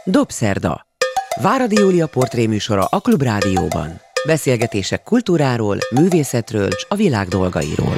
Dobszerda. Váradi Júlia portréműsora a Klubrádióban. Beszélgetések kultúráról, művészetről és a világ dolgairól.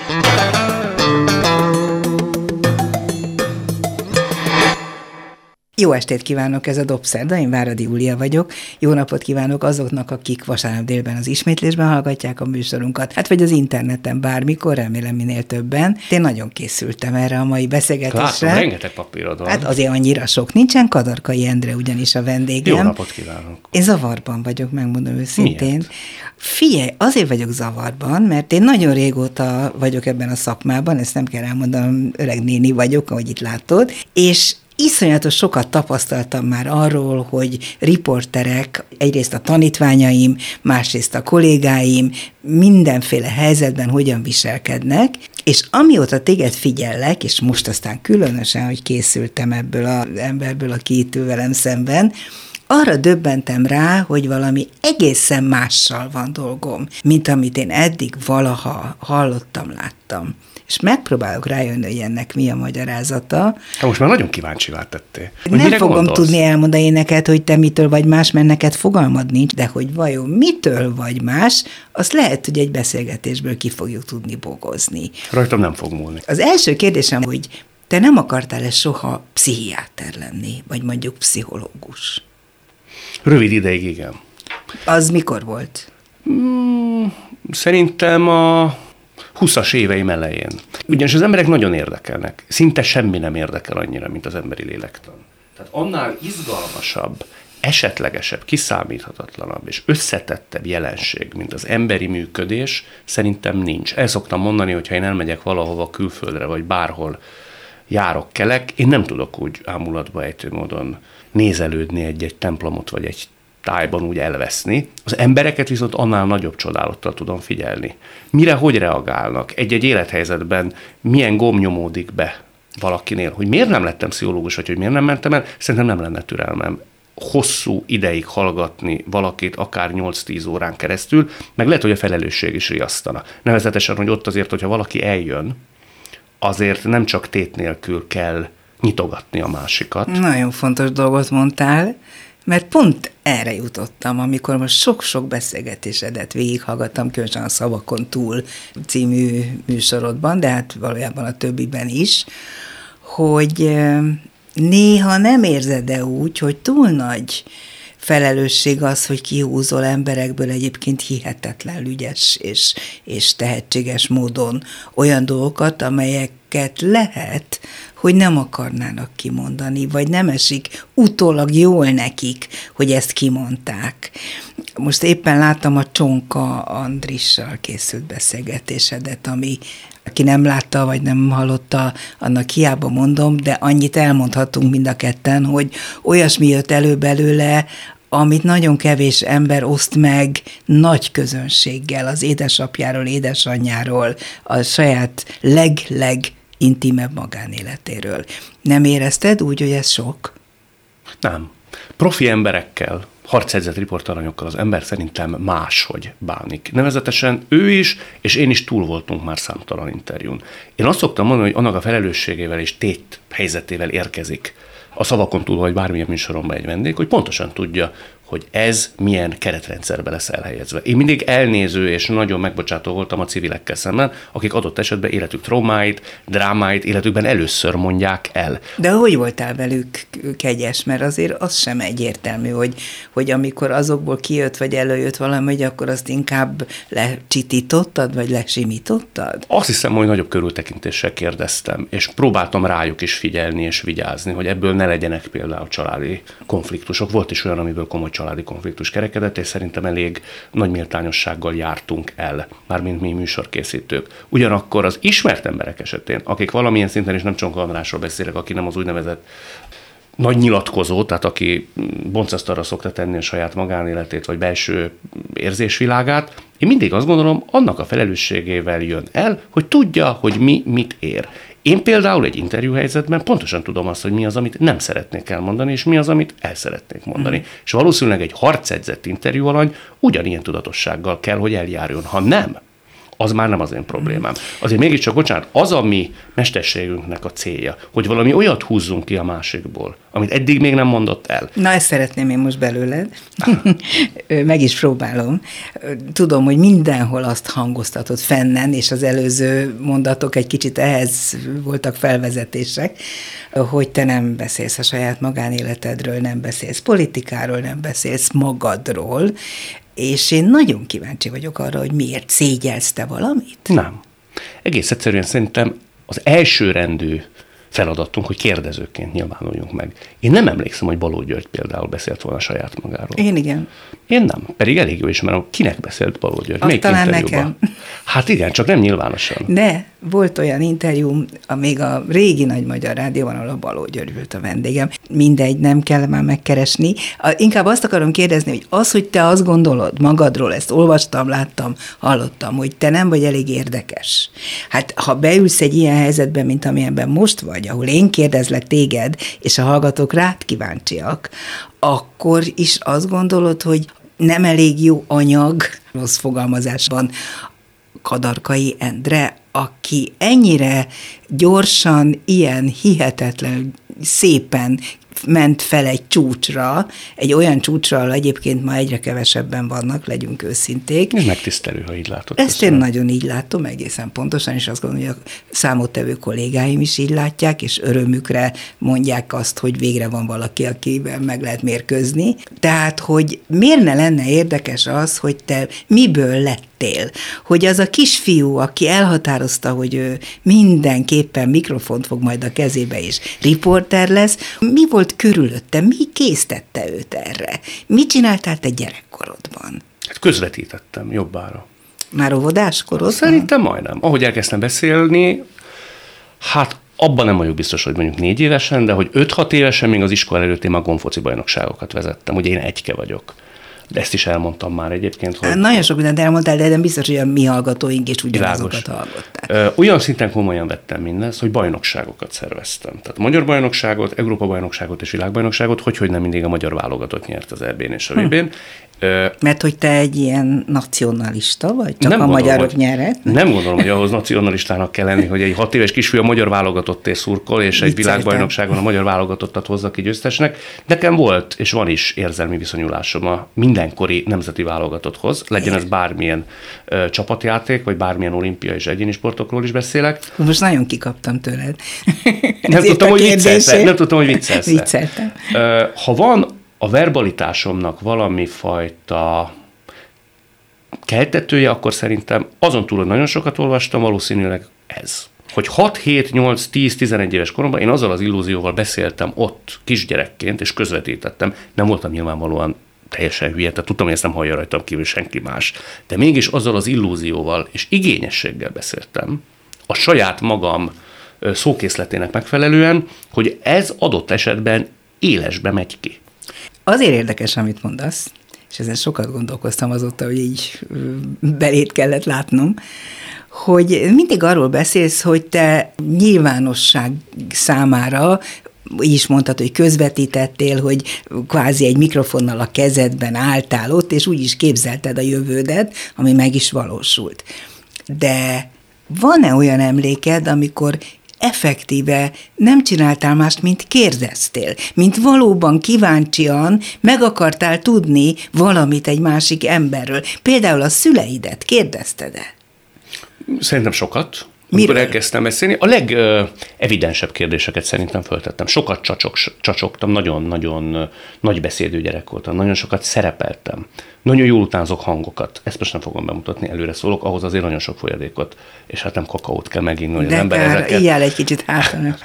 Jó estét kívánok, ez a Dobszerda, én Váradi Júlia vagyok. Jó napot kívánok azoknak, akik vasárnap délben az ismétlésben hallgatják a műsorunkat, hát vagy az interneten bármikor, remélem minél többen. Én nagyon készültem erre a mai beszélgetésre. Látom, rengeteg papírod van. Hát azért annyira sok nincsen, Kadarkai Endre ugyanis a vendégem. Jó napot kívánok. Én zavarban vagyok, megmondom őszintén. Miért? Figyelj, azért vagyok zavarban, mert én nagyon régóta vagyok ebben a szakmában, ezt nem kell elmondanom, öreg néni vagyok, ahogy itt látod, és iszonyatos sokat tapasztaltam már arról, hogy riporterek, egyrészt a tanítványaim, másrészt a kollégáim mindenféle helyzetben hogyan viselkednek, és amióta téged figyellek, és most aztán különösen, hogy készültem ebből az emberből, aki itt ül velem szemben, arra döbbentem rá, hogy valami egészen mással van dolgom, mint amit én eddig valaha hallottam, láttam. És megpróbálok rájönni, hogy ennek mi a magyarázata. Hát most már nagyon kíváncsivá tettél. Nem fogom tudni elmondani neked, hogy te mitől vagy más, mert neked fogalmad nincs, de hogy vajon mitől vagy más, azt lehet, hogy egy beszélgetésből ki fogjuk tudni bogozni. Rajtam nem fog múlni. Az első kérdésem, hogy te nem akartál-e soha pszichiáter lenni, vagy mondjuk pszichológus? Rövid ideig igen. Az mikor volt? Szerintem a 20-as éveim elején. Ugyanis az emberek nagyon érdekelnek. Szinte semmi nem érdekel annyira, mint az emberi lélektan. Tehát annál izgalmasabb, esetlegesebb, kiszámíthatatlanabb és összetettebb jelenség, mint az emberi működés, szerintem nincs. El szoktam mondani, hogy ha én elmegyek valahova külföldre, vagy bárhol járok, kelek, én nem tudok úgy ámulatba ejtő módon nézelődni egy templomot, vagy egy tájban úgy elveszni. Az embereket viszont annál nagyobb csodálattal tudom figyelni. Mire, hogy reagálnak? Egy-egy élethelyzetben milyen gomb nyomódik be valakinél, hogy miért nem lettem pszichológus, vagy hogy miért nem mentem el, szerintem nem lenne türelmem. Hosszú ideig hallgatni valakit, akár 8-10 órán keresztül, meg lehet, hogy a felelősség is riasztana. Nevezetesen, hogy ott azért, hogyha valaki eljön, azért nem csak tét nélkül kell nyitogatni a másikat. Nagyon fontos dolgot mondtál, mert pont erre jutottam, amikor most sok-sok beszélgetésedet végighallgattam, különösen a Szavakon túl című műsorodban, de hát valójában a többiben is, hogy néha nem érzed-e úgy, hogy túl nagy felelősség az, hogy kihúzol emberekből egyébként hihetetlen ügyes és tehetséges módon olyan dolgokat, amelyeket lehet, hogy nem akarnának kimondani, vagy nem esik utólag jól nekik, hogy ezt kimondták. Most éppen láttam a Csonka Andrissal készült beszélgetésedet, aki nem látta, vagy nem hallotta, annak hiába mondom, de annyit elmondhatunk mind a ketten, hogy olyasmi jött elő belőle, amit nagyon kevés ember oszt meg nagy közönséggel, az édesapjáról, édesanyjáról, a saját intimebb magánéletéről. Nem érezted úgy, hogy ez sok? Nem. Profi emberekkel, harchelyzet riportalanyokkal az ember szerintem máshogy bánik. Nevezetesen ő is, és én is túl voltunk már számtalan interjún. Én azt szoktam mondani, hogy annak a felelősségével és tét helyzetével érkezik a Szavakon túl, vagy bármilyen műsoromban egy vendég, hogy pontosan tudja, hogy ez milyen keretrendszerbe lesz elhelyezve. Én mindig elnéző és nagyon megbocsátó voltam a civilekkel szemben, akik adott esetben életük traumáit, drámáit életükben először mondják el. De hogy voltál velük kegyes? Mert azért az sem egyértelmű, hogy amikor azokból kijött, vagy előjött valami, hogy akkor azt inkább lecsitítottad, vagy lesimítottad? Azt hiszem, hogy nagyobb körültekintéssel kérdeztem, és próbáltam rájuk is figyelni és vigyázni, hogy ebből ne legyenek például családi konfliktusok. Volt is olyan, amiből komoly családi konfliktus kerekedett, és szerintem elég nagy méltányossággal jártunk el, mármint mi műsorkészítők. Ugyanakkor az ismert emberek esetén, akik valamilyen szinten, és nem Csonka Andrásról beszélek, aki nem az úgynevezett nagy nyilatkozó, tehát aki boncasztalra szokta tenni a saját magánéletét, vagy belső érzésvilágát, én mindig azt gondolom, annak a felelősségével jön el, hogy tudja, hogy mi mit ér. Én például egy interjúhelyzetben pontosan tudom azt, hogy mi az, amit nem szeretnék elmondani, és mi az, amit el szeretnék mondani. És valószínűleg egy harcedzett interjú alany ugyanilyen tudatossággal kell, hogy eljárjon. Ha nem, az már nem az én problémám. Azért mégiscsak, bocsánat, az a mi mesterségünknek a célja, hogy valami olyat húzzunk ki a másikból, amit eddig még nem mondott el. Na, ezt szeretném én most belőled. Meg is próbálom. Tudom, hogy mindenhol azt hangoztatod fennen, és az előző mondatok egy kicsit ehhez voltak felvezetések, hogy te nem beszélsz a saját magánéletedről, nem beszélsz politikáról, nem beszélsz magadról, és én nagyon kíváncsi vagyok arra, hogy miért szégyelsz te valamit? Nem. Egész egyszerűen szerintem az elsőrendű feladatunk, hogy kérdezőként nyilvánuljunk meg. Én nem emlékszem, hogy Balogh György például beszélt volna saját magáról. Én igen. Én nem. Pedig elég jó ismerem, kinek beszélt Balogh György. Melyik talán nekem. Hát igen, csak nem nyilvánosan. De volt olyan interjú, még a régi Nagy Magyar Rádióban, ahol a Balogh György volt a vendégem. Mindegy, nem kell már megkeresni. Inkább azt akarom kérdezni, hogy az, hogy te azt gondolod magadról, ezt olvastam, láttam, hallottam, hogy te nem vagy elég érdekes. Hát ha beülsz egy ilyen helyzetbe, mint amilyenben most vagy, ahol én kérdezlek téged, és a hallgatók rád kíváncsiak, akkor is azt gondolod, hogy nem elég jó anyag, rossz fogalmazásban, Kadarkai Endre, aki ennyire gyorsan, ilyen hihetetlenül szépen ment fel egy csúcsra, egy olyan csúcsra, ahol egyébként ma egyre kevesebben vannak, legyünk őszinték. Ez megtisztelő, ha így látod. Ezt én nagyon így látom, egészen pontosan, és azt gondolom, hogy a számottevő kollégáim is így látják, és örömükre mondják azt, hogy végre van valaki, akivel meg lehet mérkőzni. Tehát, hogy miért ne lenne érdekes az, hogy te miből lettél? Hogy az a kisfiú, aki elhatározta, hogy ő mindenképpen mikrofont fog majd a kezébe, és riporter lesz, mi volt körülötte? Mi késztette őt erre? Mit csináltál te gyerekkorodban? Hát közvetítettem jobbára. Már óvodáskorodban? Szerintem majdnem. Ahogy elkezdtem beszélni, hát abban nem vagyok biztos, hogy mondjuk 4 évesen, de hogy 5-6 évesen még az iskola előtt én már gonfoci bajnokságokat vezettem. Ugye én egyke vagyok. De ezt is elmondtam már egyébként, hogy... Nagyon sok mindent elmondtál, de nem biztos, hogy a mi hallgatóink is ugyanazokat hallgatták. Olyan szinten komolyan vettem mindezt, hogy bajnokságokat szerveztem. Tehát magyar bajnokságot, Európa bajnokságot és világbajnokságot, hogy nem mindig a magyar válogatott nyert az EB-n és a VB-n. Mert hogy te egy ilyen nacionalista vagy? Csak nem a gondolom, magyarok nyeretnek? Nem gondolom, hogy ahhoz nacionalistának kell lenni, hogy egy 6 éves kisfiú a magyar válogatotté szurkol, és egy világbajnokságon a magyar válogatottat hozza ki győztesnek. Nekem volt, és van is érzelmi viszonyulásom a mindenkori nemzeti válogatotthoz, legyen ez bármilyen csapatjáték, vagy bármilyen olimpia és egyéni sportokról is beszélek. Most nagyon kikaptam tőled. Nem tudtam, hogy viccelsz. Vicceltem. Ha van a verbalitásomnak valami fajta keltetője, akkor szerintem azon túl, hogy nagyon sokat olvastam, valószínűleg ez. Hogy 6, 7, 8, 10, 11 éves koromban én azzal az illúzióval beszéltem ott kisgyerekként, és közvetítettem. Nem voltam nyilvánvalóan teljesen hülye, tehát tudtam, hogy ezt nem hallja rajtam kívül senki más. De mégis azzal az illúzióval és igényességgel beszéltem, a saját magam szókészletének megfelelően, hogy ez adott esetben élesbe megy ki. Azért érdekes, amit mondasz, és ezen sokat gondolkoztam azóta, hogy így belét kellett látnom, hogy mindig arról beszélsz, hogy te nyilvánosság számára, így is mondtad, hogy közvetítettél, hogy kvázi egy mikrofonnal a kezedben álltál ott, és úgy is képzelted a jövődet, ami meg is valósult. De van-e olyan emléked, amikor effektíve nem csináltál mást, mint kérdeztél, mint valóban kíváncsian meg akartál tudni valamit egy másik emberről. Például a szüleidet kérdezted-e? Szerintem sokat. Miről? Amikor elkezdtem beszélni, a legevidensebb kérdéseket szerintem föltettem. Sokat csacsogtam, nagyon-nagyon nagy beszédű gyerek voltam, nagyon sokat szerepeltem. Nagyon jól utánzok hangokat. Ezt most nem fogom bemutatni, előre szólok, ahhoz azért nagyon sok folyadékot, és hát nem kakaót kell meginni, hogy az ember ezeket... Íjjál egy kicsit hátra,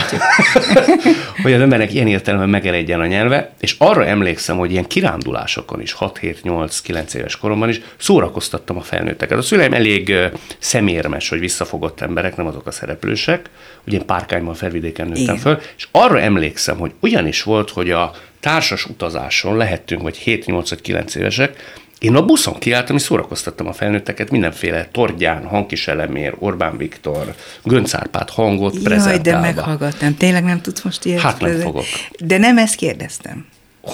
hogy az embernek ilyen értelemben megeredjen a nyelve, és arra emlékszem, hogy ilyen kirándulásokon is, 6, 7, 8, 9 éves koromban is szórakoztattam a felnőtteket. A szüleim elég szemérmes, hogy visszafogott emberek, nem azok a szereplősek, ugye én Párkányban Felvidéken nőttem föl, és arra emlékszem, hogy olyan is volt, hogy a társas utazáson lehettünk, vagy 7, 8 vagy 9 évesek, én a buszon kiálltam, és szórakoztattam a felnőtteket, mindenféle Tordján, Hankis Elemér, Orbán Viktor, Göncz Árpád hangot prezentálva. Jaj, de meghallgattam. Tényleg nem tudsz most ilyet? Hát nem fogok. De nem ezt kérdeztem. Hogy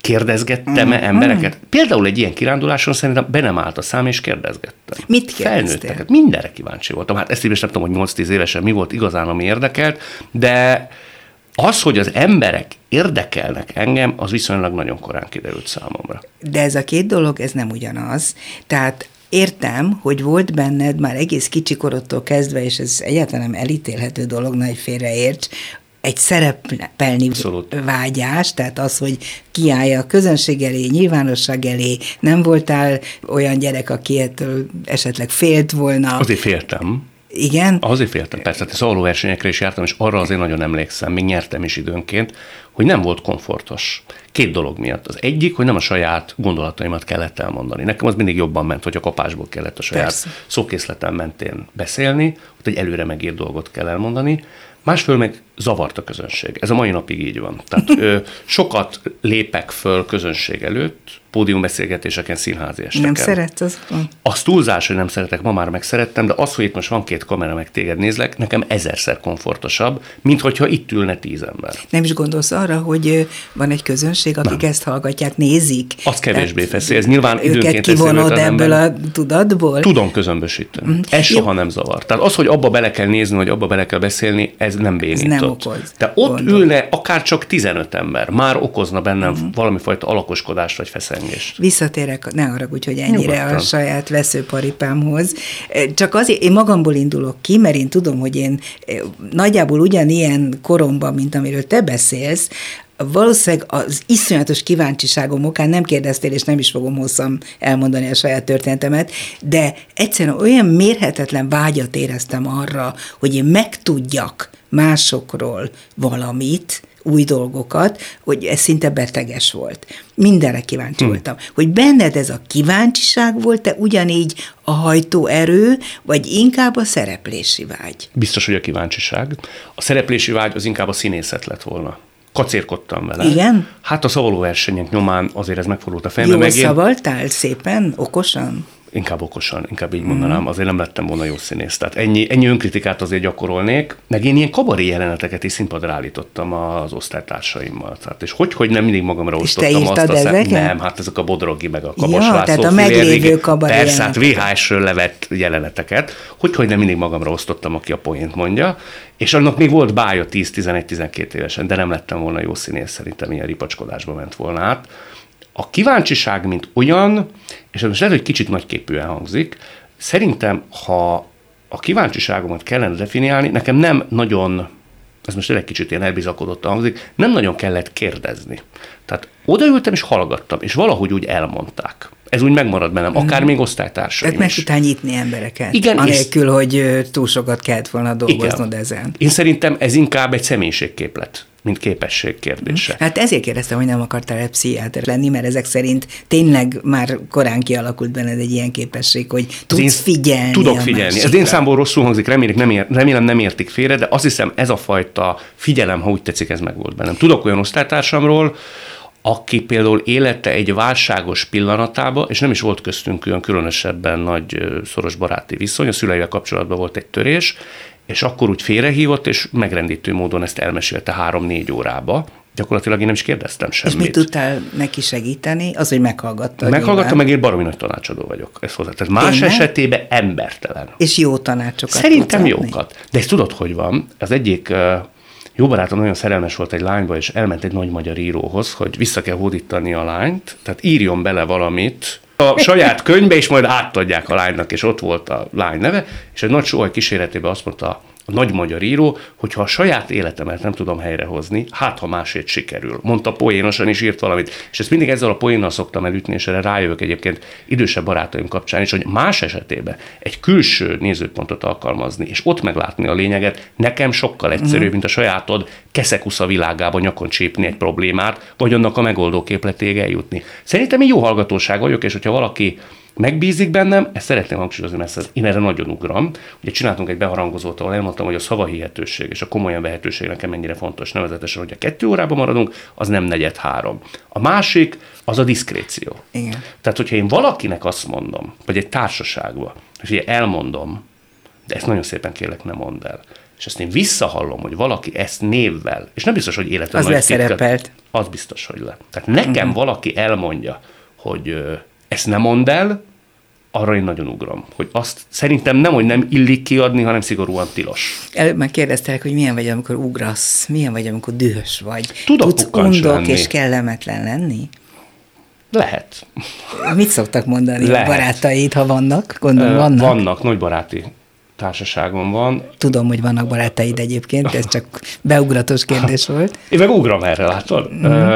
Kérdezgettem-e embereket? Például egy ilyen kiránduláson szerintem be nem állt a szám, és kérdezgettem. Mit kérdeztél? Felnőtteket. Mindenre kíváncsi voltam. Hát ezt is nem tudom, hogy 8-10 évesen mi volt igazán, ami érdekelt, de az, hogy az emberek érdekelnek engem, az viszonylag nagyon korán kiderült számomra. De ez a két dolog, ez nem ugyanaz. Tehát értem, hogy volt benned már egész kicsi korodtól kezdve, és ez egyáltalán nem elítélhető dolog, nagy félreérts, egy szerepelni vágyás, tehát az, hogy kiállja a közönség elé, nyilvánosság elé, nem voltál olyan gyerek, aki ettől esetleg félt volna. Azért féltem. Igen? Azért féltem, persze, hát szólóversenyekre is jártam, és arra azért nagyon emlékszem, még nyertem is időnként, hogy nem volt komfortos. Két dolog miatt. Az egyik, hogy nem a saját gondolataimat kellett elmondani. Nekem az mindig jobban ment, hogy a kapásból kellett a saját szókészletem mentén beszélni, hogy egy előre megírt dolgot kell elmondani. Másfél meg zavart a közönség. Ez a mai napig így van. Tehát sokat lépek föl közönség előtt, pódiumbeszélgetéseken, színházi esteken. Nem szeretsz azokon? Az túlzás, hogy nem szeretek, ma már megszerettem, de az, hogy itt most van 2 kamera, meg téged nézlek, nekem 1000-szer komfortosabb, mint hogyha itt ülne 10 ember. Nem is gondolsz arra, hogy van egy közönség, akik ezt hallgatják, nézik? Az kevésbé feszély. Ez nyilván időnként őket kivonod ebből a tudatból? Tudom közömbösíteni. Ez soha nem zavar. Tehát az, hogy abba bele kell nézni, vagy abba bele kell beszélni, ez nem bénított. Ez nem okoz. De ott ülne akár csak 15 ember, már okozna bennem valamifajta alakoskodást vagy feszengést. Visszatérek, ne haragudj, hogy ennyire Nyugodtan. a saját veszőparipámhoz. Csak azért én magamból indulok ki, mert én tudom, hogy én nagyjából ugyanilyen koromban, mint amiről te beszélsz, valószínűleg az iszonyatos kíváncsiságom okán nem kérdeztél, és nem is fogom hosszan elmondani a saját történetemet, de egyszerűen olyan mérhetetlen vágyat éreztem arra, hogy én megtudjak másokról valamit, új dolgokat, hogy ez szinte beteges volt. Mindenre kíváncsi voltam. Hogy benned ez a kíváncsiság volt, te ugyanígy a hajtóerő, vagy inkább a szereplési vágy? Biztos, hogy a kíváncsiság. A szereplési vágy az inkább a színészet lett volna. Kacérkodtam vele. Igen? Hát a szavalóversenyek nyomán azért ez megfordult a fejembe. Jól szavaltál szépen, okosan? Inkább okosan, inkább így mondanám, azért nem lettem volna jó színész. Tehát ennyi önkritikát azért gyakorolnék, meg én ilyen kabaré jeleneteket is színpadra állítottam az osztálytársaimmal. Tehát, és hogy nem mindig magamra osztottam azt a nem, hát ezek a Bodrogi meg a Kabas László. Tehát a meglévő kabaré persze, hát VHS-ről levett jeleneteket, hogy nem mindig magamra osztottam, aki a poént mondja, és annak még volt bája 10-11-12 évesen, de nem lettem volna jó színész, szerintem ilyen ripacskodásba ment volna át. A kíváncsiság, mint olyan, és ez most lehet, hogy kicsit nagyképűen hangzik, szerintem, ha a kíváncsiságomat kellene definiálni, nekem nem nagyon, ez most egy kicsit ilyen elbizakodottan hangzik, nem nagyon kellett kérdezni. Tehát odaültem és hallgattam, és valahogy úgy elmondták. Ez úgy megmarad bennem, akár még osztálytársaim is. Tehát meg tudtál nyitni embereket, igen, anélkül, hogy túl sokat kellett volna dolgoznod ezen. Én szerintem ez inkább egy személyiségképlet, mint képesség kérdése. Hát ezért kérdeztem, hogy nem akartál pszichiáter lenni, mert ezek szerint tényleg már korán kialakult benned egy ilyen képesség, hogy tudsz figyelni. Tudok figyelni. Ez én számból rosszul hangzik, remélem nem értik félre, de azt hiszem ez a fajta figyelem, ha úgy tetszik, ez meg volt bennem. Tudok olyan osztálytársamról, aki például élete egy válságos pillanatába, és nem is volt köztünk olyan különösebben nagy szoros baráti viszony, a szüleivel kapcsolatban volt egy törés, és akkor úgy félrehívott, és megrendítő módon ezt elmesélte 3-4 órába. Gyakorlatilag én nem is kérdeztem semmit. És mit tudtál neki segíteni? Az, hogy meghallgattad. Meghallgattam, meg én baromi nagy tanácsadó vagyok. Ez hozzá. Tehát más esetében embertelen. És jó tanácsokat. Szerintem jókat. De ezt tudod, hogy van? Az egyik jó barátom nagyon szerelmes volt egy lányba, és elment egy nagy magyar íróhoz, hogy vissza kell hódítani a lányt, tehát írjon bele valamit a saját könyvbe, és majd átadják a lánynak, és ott volt a lány neve, és egy nagy sóhaj kíséretében azt mondta a nagy magyar író, hogyha a saját életemet nem tudom helyrehozni, hát ha másért sikerül. Mondta poénosan, is írt valamit. És ezt mindig ezzel a poénnal szoktam elütni, és erre rájövök egyébként idősebb barátaim kapcsán is, hogy más esetében egy külső nézőpontot alkalmazni, és ott meglátni a lényeget, nekem sokkal egyszerűbb, mint a sajátod keszekusza világába nyakon csípni egy problémát, vagy annak a megoldó képletéig eljutni. Szerintem én jó hallgatóság vagyok, és hogyha valaki megbízik bennem, ezt szeretném hangsúlyozni, mert én erre nagyon ugram. Ugye csináltunk egy beharangozót, ahol elmondtam, hogy a szavahihetőség és a komolyan vehetőség nekem mennyire fontos, nevezetesen, hogy a 2 órában maradunk, az nem 4-3. A másik, az a diszkréció. Igen. Tehát, hogyha én valakinek azt mondom, vagy egy társaságban, és ugye elmondom, de ezt nagyon szépen kérlek, ne mondd el, és ezt én visszahallom, hogy valaki ezt névvel, és nem biztos, hogy életlen az nagy leszerepelt. Az biztos, hogy le. Tehát nekem valaki elmondja, hogy ezt nem mondd el, arra én nagyon ugrom. Hogy azt szerintem nem, hogy nem illik kiadni, hanem szigorúan tilos. Előbb már kérdeztelek, hogy milyen vagy, amikor ugrasz, milyen vagy, amikor dühös vagy. Tudsz undok és kellemetlen lenni? Lehet. Mit szoktak mondani a barátaid, ha vannak? Gondolom, vannak? Vannak, nagy baráti társaságom van. Tudom, hogy vannak barátaid egyébként, ez csak beugratos kérdés volt. Én meg ugram erre, látod?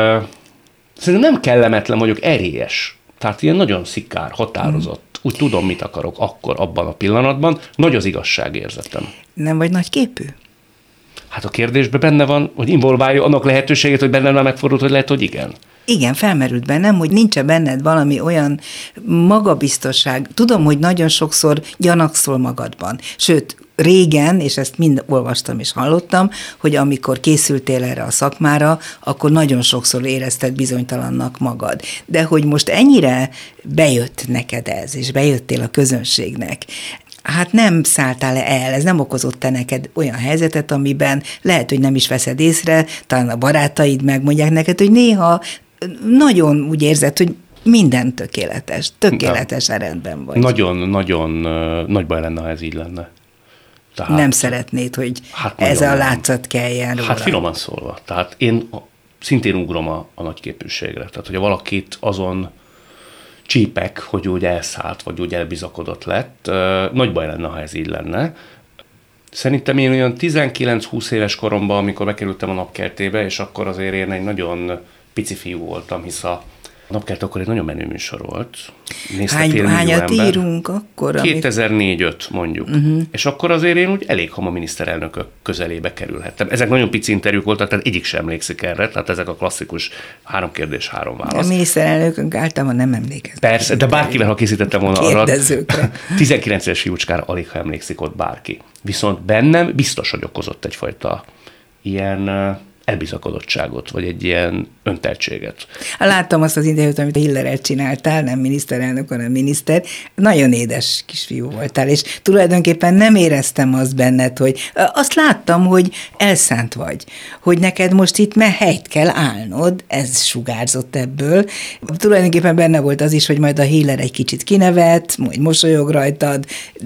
Szerintem nem kellemetlen vagyok, erélyes. Tehát ilyen nagyon szikár, határozott. Úgy tudom, mit akarok akkor, abban a pillanatban. Nagy az igazságérzetem. Nem vagy nagyképű? Hát a kérdésben benne van, hogy involválja annak lehetőségét, hogy bennem megfordult, hogy lehet, hogy igen. Igen, felmerült bennem, hogy nincs benned valami olyan magabiztosság. Tudom, hogy nagyon sokszor gyanakszol magadban. Sőt, régen, és ezt mind olvastam és hallottam, hogy amikor készültél erre a szakmára, akkor nagyon sokszor érezted bizonytalannak magad. De hogy most ennyire bejött neked ez, és bejöttél a közönségnek, hát nem szálltál el, ez nem okozott te neked olyan helyzetet, amiben lehet, hogy nem is veszed észre, talán a barátaid megmondják neked, hogy néha nagyon úgy érzed, hogy minden tökéletesen rendben vagy. Nagyon nagy baj lenne, ha ez így lenne. Tehát, nem szeretnéd, hogy ez a látszat kelljen róla. Hát finoman szólva. Tehát én szintén ugrom a nagyképűségre. Tehát, hogyha valakit azon csípek, hogy úgy elszállt, vagy úgy elbizakodott lett, nagy baj lenne, ha ez így lenne. Szerintem én olyan 19-20 éves koromban, amikor bekerültem a Napkeltébe, és akkor azért én egy nagyon pici fiú voltam, hisz a Napkelt akkor egy nagyon menő műsor volt. Hányat írunk akkor? 2004-5 mondjuk. És akkor azért én úgy elég hamar miniszterelnökök közelébe kerülhettem. Ezek nagyon pici interjúk voltak, tehát egyik sem emlékszik erre, tehát ezek a klasszikus 3 kérdés, 3 válasz. A miniszterelnökök általában nem emlékeznek. Persze, de bárkivel, ha készítettem volna arra, 19 éves fiúcskára alig, ha emlékszik ott bárki. Viszont bennem biztos, hogy okozott egyfajta ilyen elbizakodottságot, vagy egy ilyen önteltséget. Láttam azt az interjút, amit a Hillerrel csináltál, nem miniszterelnök, hanem miniszter. Nagyon édes kisfiú voltál, és tulajdonképpen nem éreztem azt benned, hogy azt láttam, hogy elszánt vagy, hogy neked most itt helyt kell állnod, ez sugárzott ebből. Tulajdonképpen benne volt az is, hogy majd a Hiller egy kicsit kinevet, majd mosolyog rajtad,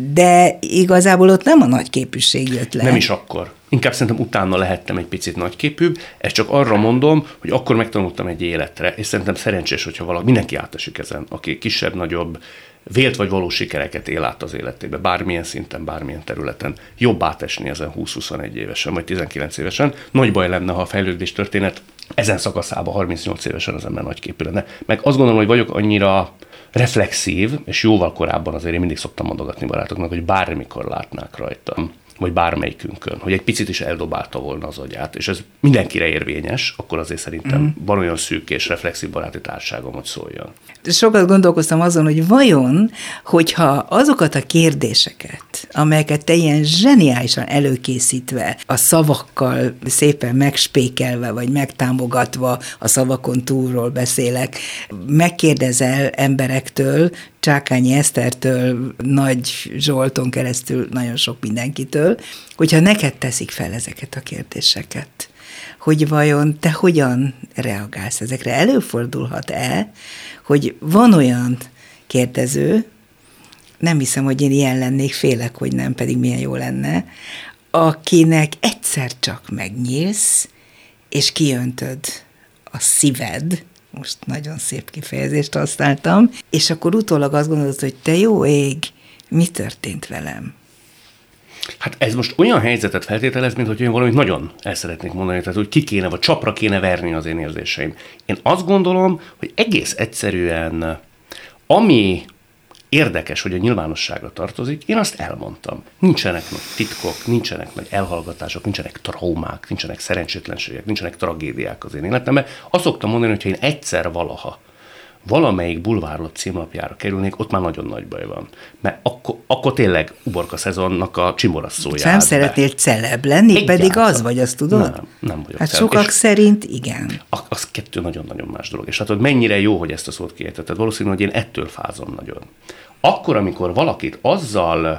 de igazából ott nem a nagy képűség jött le. Nem is akkor. Inkább szerintem utána lehettem egy picit nagyképűbb. Ezt csak arra mondom, hogy akkor megtanultam egy életre, és szerintem szerencsés, hogyha mindenki átesik ezen, aki kisebb-nagyobb, vélt vagy valós sikereket él át az életébe, bármilyen szinten, bármilyen területen. Jobb átesni ezen 20-21 évesen, vagy 19 évesen. Nagy baj lenne, ha a fejlődés történet ezen szakaszában 38 évesen az ember nagyképű lenne. Meg azt gondolom, hogy vagyok annyira reflexív, és jóval korábban azért én mindig szoktam mondogatni barátoknak, hogy bármikor látnák rajtam, vagy bármelyikünkön, hogy egy picit is eldobálta volna az agyát, és ez mindenkire érvényes, akkor azért szerintem van olyan szűk és reflexív baráti társágom, hogy szóljon. Sokat gondolkoztam azon, hogy vajon, hogyha azokat a kérdéseket, amelyeket te ilyen zseniálisan előkészítve, a szavakkal szépen megspékelve, vagy megtámogatva, a szavakon túlról beszélek, megkérdezel emberektől, Csákányi Esztertől, Nagy Zsolton keresztül nagyon sok mindenkitől, hogyha neked teszik fel ezeket a kérdéseket, hogy vajon te hogyan reagálsz ezekre? Előfordulhat-e, hogy van olyan kérdező, nem hiszem, hogy én ilyen lennék, félek, hogy nem, pedig milyen jó lenne, akinek egyszer csak megnyílsz, és kiöntöd a szíved, most nagyon szép kifejezést használtam, és akkor utólag azt gondolod, hogy te jó ég, mi történt velem? Hát ez most olyan helyzetet feltételez, mint hogy én valamit nagyon el szeretnék mondani, tehát hogy ki kéne, vagy csapra kéne verni az én érzéseim. Én azt gondolom, hogy egész egyszerűen, ami érdekes, hogy a nyilvánosságra tartozik, én azt elmondtam. Nincsenek nagy titkok, nincsenek nagy elhallgatások, nincsenek traumák, nincsenek szerencsétlenségek, nincsenek tragédiák az én életemben. Azt szoktam mondani, hogy ha én egyszer valaha valamelyik bulvárlap címlapjára kerülnék, ott már nagyon nagy baj van. Mert akkor tényleg uborka szezonnak a csimborasszója. Nem szeretnél celeb lenni, egyáltalán. Pedig az vagy, azt tudod? Nem vagyok hát celeb. Sokak szerint igen. Az kettő nagyon-nagyon más dolog. És hát mennyire jó, hogy ezt a szót kiejtetted. Valószínű, hogy én ettől fázom nagyon. Akkor, amikor valakit azzal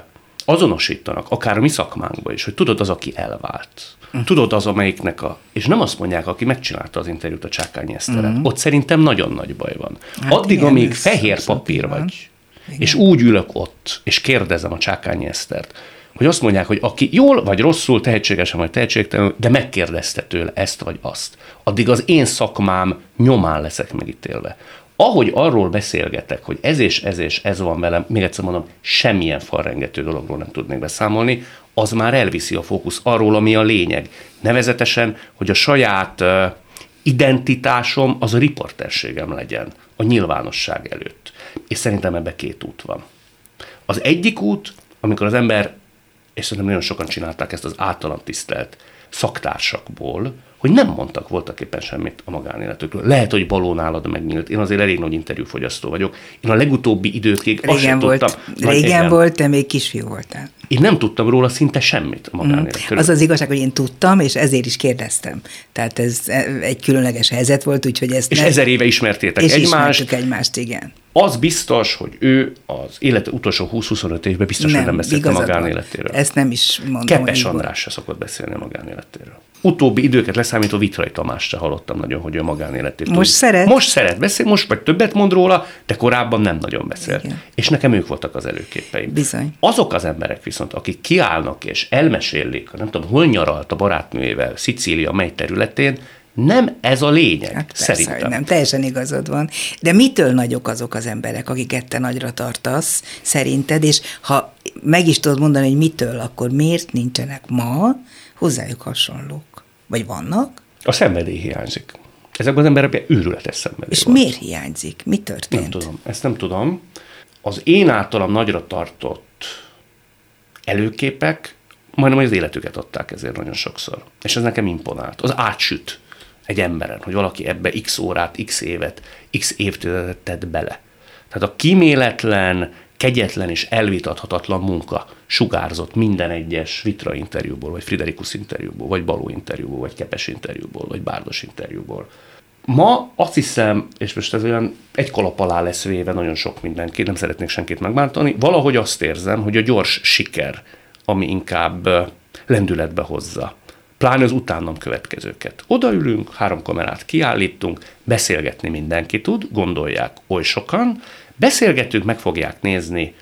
azonosítanak, akár a mi szakmánkban is, hogy tudod az, aki elvált. Tudod az, amelyiknek és nem azt mondják, aki megcsinálta az interjút a Csákányi Eszteren. Ott szerintem nagyon nagy baj van. Hát addig, igen, amíg fehér papír vagy, igen, és úgy ülök ott, és kérdezem a Csákányi Esztert, hogy azt mondják, hogy aki jól vagy rosszul, tehetségesen vagy tehetségtelenül, de megkérdezte tőle ezt vagy azt, addig az én szakmám nyomán leszek megítélve. Ahogy arról beszélgetek, hogy ez van velem, még egyszer mondom, semmilyen falrengető dologról nem tudnék beszámolni, az már elviszi a fókusz arról, ami a lényeg. Nevezetesen, hogy a saját identitásom az a riporterségem legyen a nyilvánosság előtt. És szerintem ebbe 2 út van. Az egyik út, amikor az ember, és szerintem nagyon sokan csinálták ezt az általam tisztelt szaktársakból, hogy nem mondtak voltak éppen semmit a magánéletükről. Lehet, hogy Baló nálad megnyílt. Én azért elég nagy interjúfogyasztó vagyok. Én a legutóbbi időkig azt sem tudtam. Régen volt, te még kisfiú voltál. Én nem tudtam róla szinte semmit a magánéletről. Az az igazság, hogy én tudtam, és ezért is kérdeztem. Tehát ez egy különleges helyzet volt, úgyhogy ezt... És 1000 éve ismertétek és egymást. És ismertük egymást, igen. Az biztos, hogy ő az élete utolsó 20-25 évben biztos, hogy nem beszélt a magánéletéről. Ezt nem is mondom. Kepes András se szokott beszélni a magánéletéről. Utóbbi időket leszámítva Vitrai Tamást se hallottam nagyon, hogy ő a magánéletét. Most szeret beszélni, most meg többet mond róla, de korábban nem nagyon beszélt. Igen. És nekem ők voltak az előképeim. Bizony. Azok az emberek viszont, akik kiállnak és elmesélik, nem tudom, hol nyaralt a barátnőjével Szicília mely területén, nem ez a lényeg, hát persze, szerintem. Nem, teljesen igazad van. De mitől nagyok azok az emberek, akiket te nagyra tartasz, szerinted, és ha meg is tudod mondani, hogy mitől, akkor miért nincsenek ma hozzájuk hasonlók? Vagy vannak? A szenvedély hiányzik. Ezek az emberek őrületes szenvedély. És van. Miért hiányzik? Mi történt? Nem tudom, ezt nem tudom. Az én általam nagyra tartott előképek majdnem az életüket adták ezért nagyon sokszor. És ez nekem imponált. Az átsüt egy emberen, hogy valaki ebbe x órát, x évet, x évtizedet tett bele. Tehát a kíméletlen, kegyetlen és elvitathatatlan munka sugárzott minden egyes Vitra interjúból, vagy Friderikus interjúból, vagy Baló interjúból, vagy Kepes interjúból, vagy Bárdos interjúból. Ma azt hiszem, és most ez olyan egy kalap alá lesz véve nagyon sok mindenki, nem szeretnék senkit megbántani, valahogy azt érzem, hogy a gyors siker, ami inkább lendületbe hozza. Pláne az utánam következőket. Odaülünk, 3 kamerát kiállítunk, beszélgetni mindenki tud, gondolják oly sokan, beszélgetünk, meg fogják nézni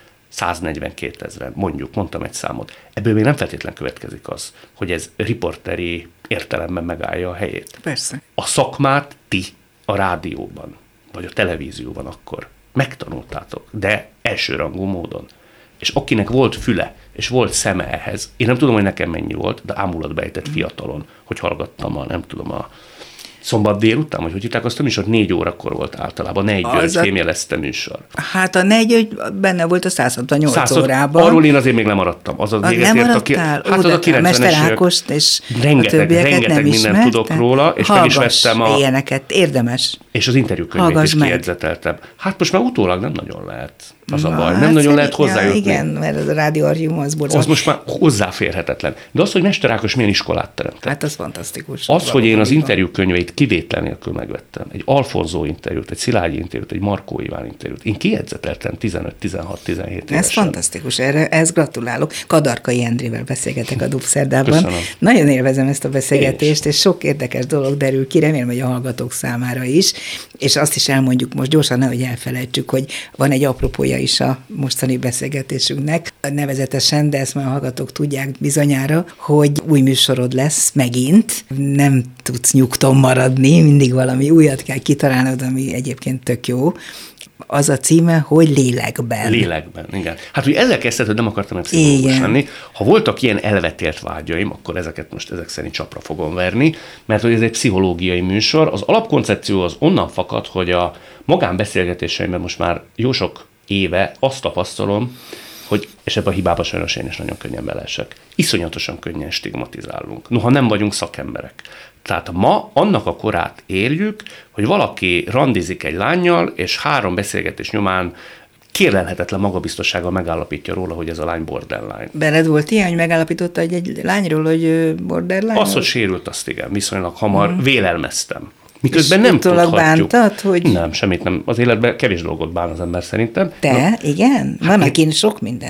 142 000, mondtam egy számot. Ebből még nem feltétlen következik az, hogy ez riporteri értelemben megállja a helyét. Persze. A szakmát ti a rádióban, vagy a televízióban akkor megtanultátok, de elsőrangú módon. És akinek volt füle, és volt szeme ehhez, én nem tudom, hogy nekem mennyi volt, de ámulatbejtett fiatalon, hogy hallgattam a szombat délután, vagy hogy hitták, azt a műsor 4 órakor volt általában, 4 György fémjelezte műsor. Hát a 4 György benne volt a 168 órában. Arról én azért még lemaradtam. Az véget ért, aki, hát az a 90-es Mester Ákost és rengeteg, a többieket rengeteg nem mindent ismert, tudok róla, és meg is vettem ilyeneket, érdemes. És az interjúkönyvét is kijegyzeteltem. Hát most már utólag nem nagyon lehet. Az a baj. Nem nagyon lehet hozzájutni. Igen, mert az a rádióarchívum az borzasztó. Az most már hozzáférhetetlen. De az, hogy Mester Ákos milyen iskolát teremtett. Hát az fantasztikus. Az, hogy én az interjúkönyveit kivétel nélkül megvettem. Egy Alfonzó interjút, egy Szilágyi interjút, egy Markó Iván interjút. Én kijegyzeteltem 15, 16, 17 évesen. Ez fantasztikus, ehhez gratulálok. Kadarkai Endrével beszélgetek a Dubszerdában. Köszönöm. Nagyon élvezem ezt a beszélgetést, és sok érdekes dolog derül ki, remélem, hogy a hallgatók számára is. És azt is elmondjuk most gyorsan, nehogy elfelejtsük, hogy van egy apropója is a mostani beszélgetésünknek, nevezetesen, de ezt már a hallgatók tudják bizonyára, hogy új műsorod lesz megint, nem tudsz nyugton maradni, mindig valami újat kell kitalálnod, ami egyébként tök jó. Az a címe, hogy Lélekben. Lélekben, igen. Hát, hogy ezzel kezdted, hogy nem akartam egy pszichológus lenni. Ha voltak ilyen elvetélt vágyaim, akkor ezeket most ezek szerint csapra fogom verni, mert hogy ez egy pszichológiai műsor. Az alapkoncepció az onnan fakad, hogy a magánbeszélgetéseimben most már jó sok éve azt tapasztalom, hogy, és ebben a hibába sajnos én is nagyon könnyen beleesek, iszonyatosan könnyen stigmatizálunk. Noha nem vagyunk szakemberek. Tehát ma annak a korát érjük, hogy valaki randizik egy lánnyal, és 3 beszélgetés nyomán kérlelhetetlen magabiztossággal megállapítja róla, hogy ez a lány borderline. Beled volt ilyen, hogy megállapította egy lányról, hogy borderline? Az, hogy sérült, azt igen, viszonylag hamar vélelmeztem. Miközben nem tudhatjuk. Bántad, hogy... Nem, semmit nem. Az életben kevés dolgot bán az ember szerintem. Te? Igen? Vannak én sok minden.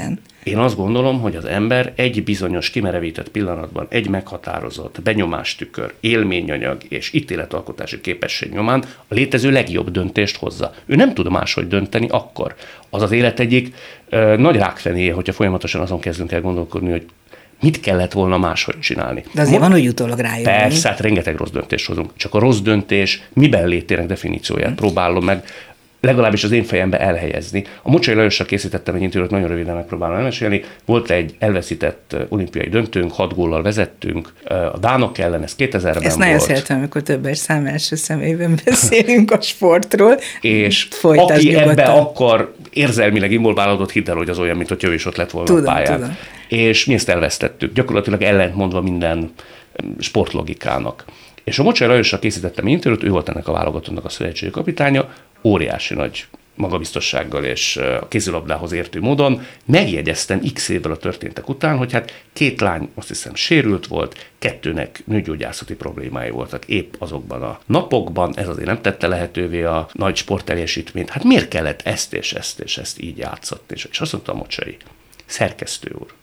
Én azt gondolom, hogy az ember egy bizonyos kimerevített pillanatban, egy meghatározott benyomástükör, élményanyag és ítéletalkotási képesség nyomán a létező legjobb döntést hozza. Ő nem tud máshogy dönteni akkor. Az az élet egyik nagy rákfenéje, hogyha folyamatosan azon kezdünk el gondolkodni, hogy mit kellett volna máshogy csinálni. De azért van, hogy utólag rájönni. Persze, hát rengeteg rossz döntést hozunk. Csak a rossz döntés miben létének definícióját próbálom meg legalábbis az én fejembe elhelyezni. A Mocsai Lajossal készítettem egy interjút, nagyon röviden megpróbálom elmesélni. Volt egy elveszített olimpiai döntőnk, 6 góllal vezettünk, a dánok ellen, ez 2000-ben volt. Ezt nagyon szeretem, amikor többes szám első személyben beszélünk a sportról. És aki ebbe akkor érzelmileg involválódott, hidd el, hogy az olyan, mint hogy ő is ott lett volna a pályán. Tudom. És mi ezt elvesztettük. Gyakorlatilag ellentmondva minden sportlogikának. És a Mocsai Lajossal készítettem interjút, ő volt ennek a válogatottnak a szövetségi kapitánya, óriási nagy magabiztossággal és a kézilabdához értő módon megjegyeztem x évvel a történtek után, hogy hát 2 lány, azt hiszem, sérült volt, 2-nek nőgyógyászati problémái voltak épp azokban a napokban, ez azért nem tette lehetővé a nagy sportteljesítményt. Hát miért kellett ezt és ezt és ezt így játszatni? És azt mondta a Mocsai, szerkesztő úr,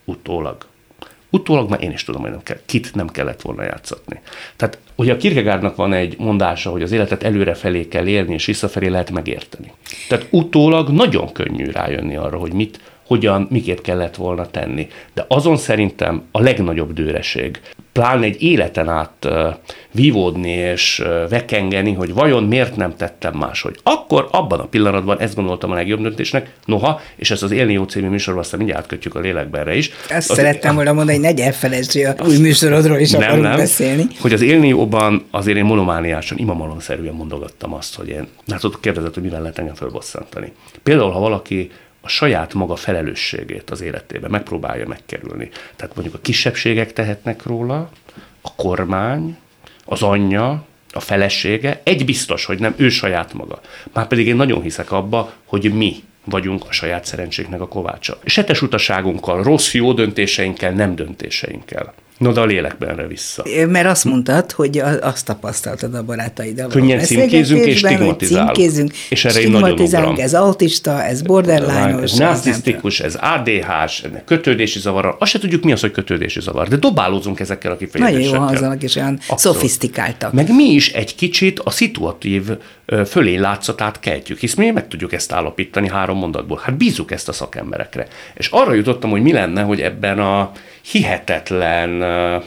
utólag már én is tudom, hogy kit nem kellett volna játszatni. Tehát ugye a Kierkegaardnak van egy mondása, hogy az életet előrefelé kell élni, és visszafelé lehet megérteni. Tehát utólag nagyon könnyű rájönni arra, hogy mit, hogyan, miképp kellett volna tenni. De azon szerintem a legnagyobb dőreség, pláne egy életen át vívódni és vekengeni, hogy vajon miért nem tettem máshogy. Akkor abban a pillanatban ezt gondoltam a legjobb döntésnek, noha, és ezt az Élni jó című műsorban aztán mindjárt kötjük a lélekbenre is. Ezt szerettem volna mondani, hogy ne elfelejtsd, hogy a új műsorodról is akarunk beszélni. Hogy az Élni jóban azért én monomániásan, imamalomszerűen mondogattam azt, hogy én, látod, kérdezett, hogy mivel lehet engem fölbosszantani. Például, ha valaki a saját maga felelősségét az életében megpróbálja megkerülni. Tehát mondjuk a kisebbségek tehetnek róla, a kormány, az anyja, a felesége, egy biztos, hogy nem ő saját maga. Márpedig én nagyon hiszek abba, hogy mi vagyunk a saját szerencsénknek a kovácsa. Setes utaságunkkal, rossz-jó döntéseinkkel, nem döntéseinkkel. No, de a lélekbenre vissza. Mert azt mondtad, hogy azt tapasztaltad a barátaiddal. Könnyen címkézünk és stigmatizálunk. És erre én nagyon ugram. Ez autista, ez borderline-os. Ez narcisztikus, ez ADHS, ennek kötődési zavar. Azt se tudjuk, mi az, hogy kötődési zavar. De dobálózunk ezekkel a kifejezésekkel. Nagyon jó hangzanak, és olyan szofisztikáltak. Meg mi is egy kicsit a szituatív fölénylátszatát keltjük, hisz mi meg tudjuk ezt állapítani 3 mondatból. Hát bízzuk ezt a szakemberekre. És arra jutottam, hogy mi lenne, hogy ebben a hihetetlen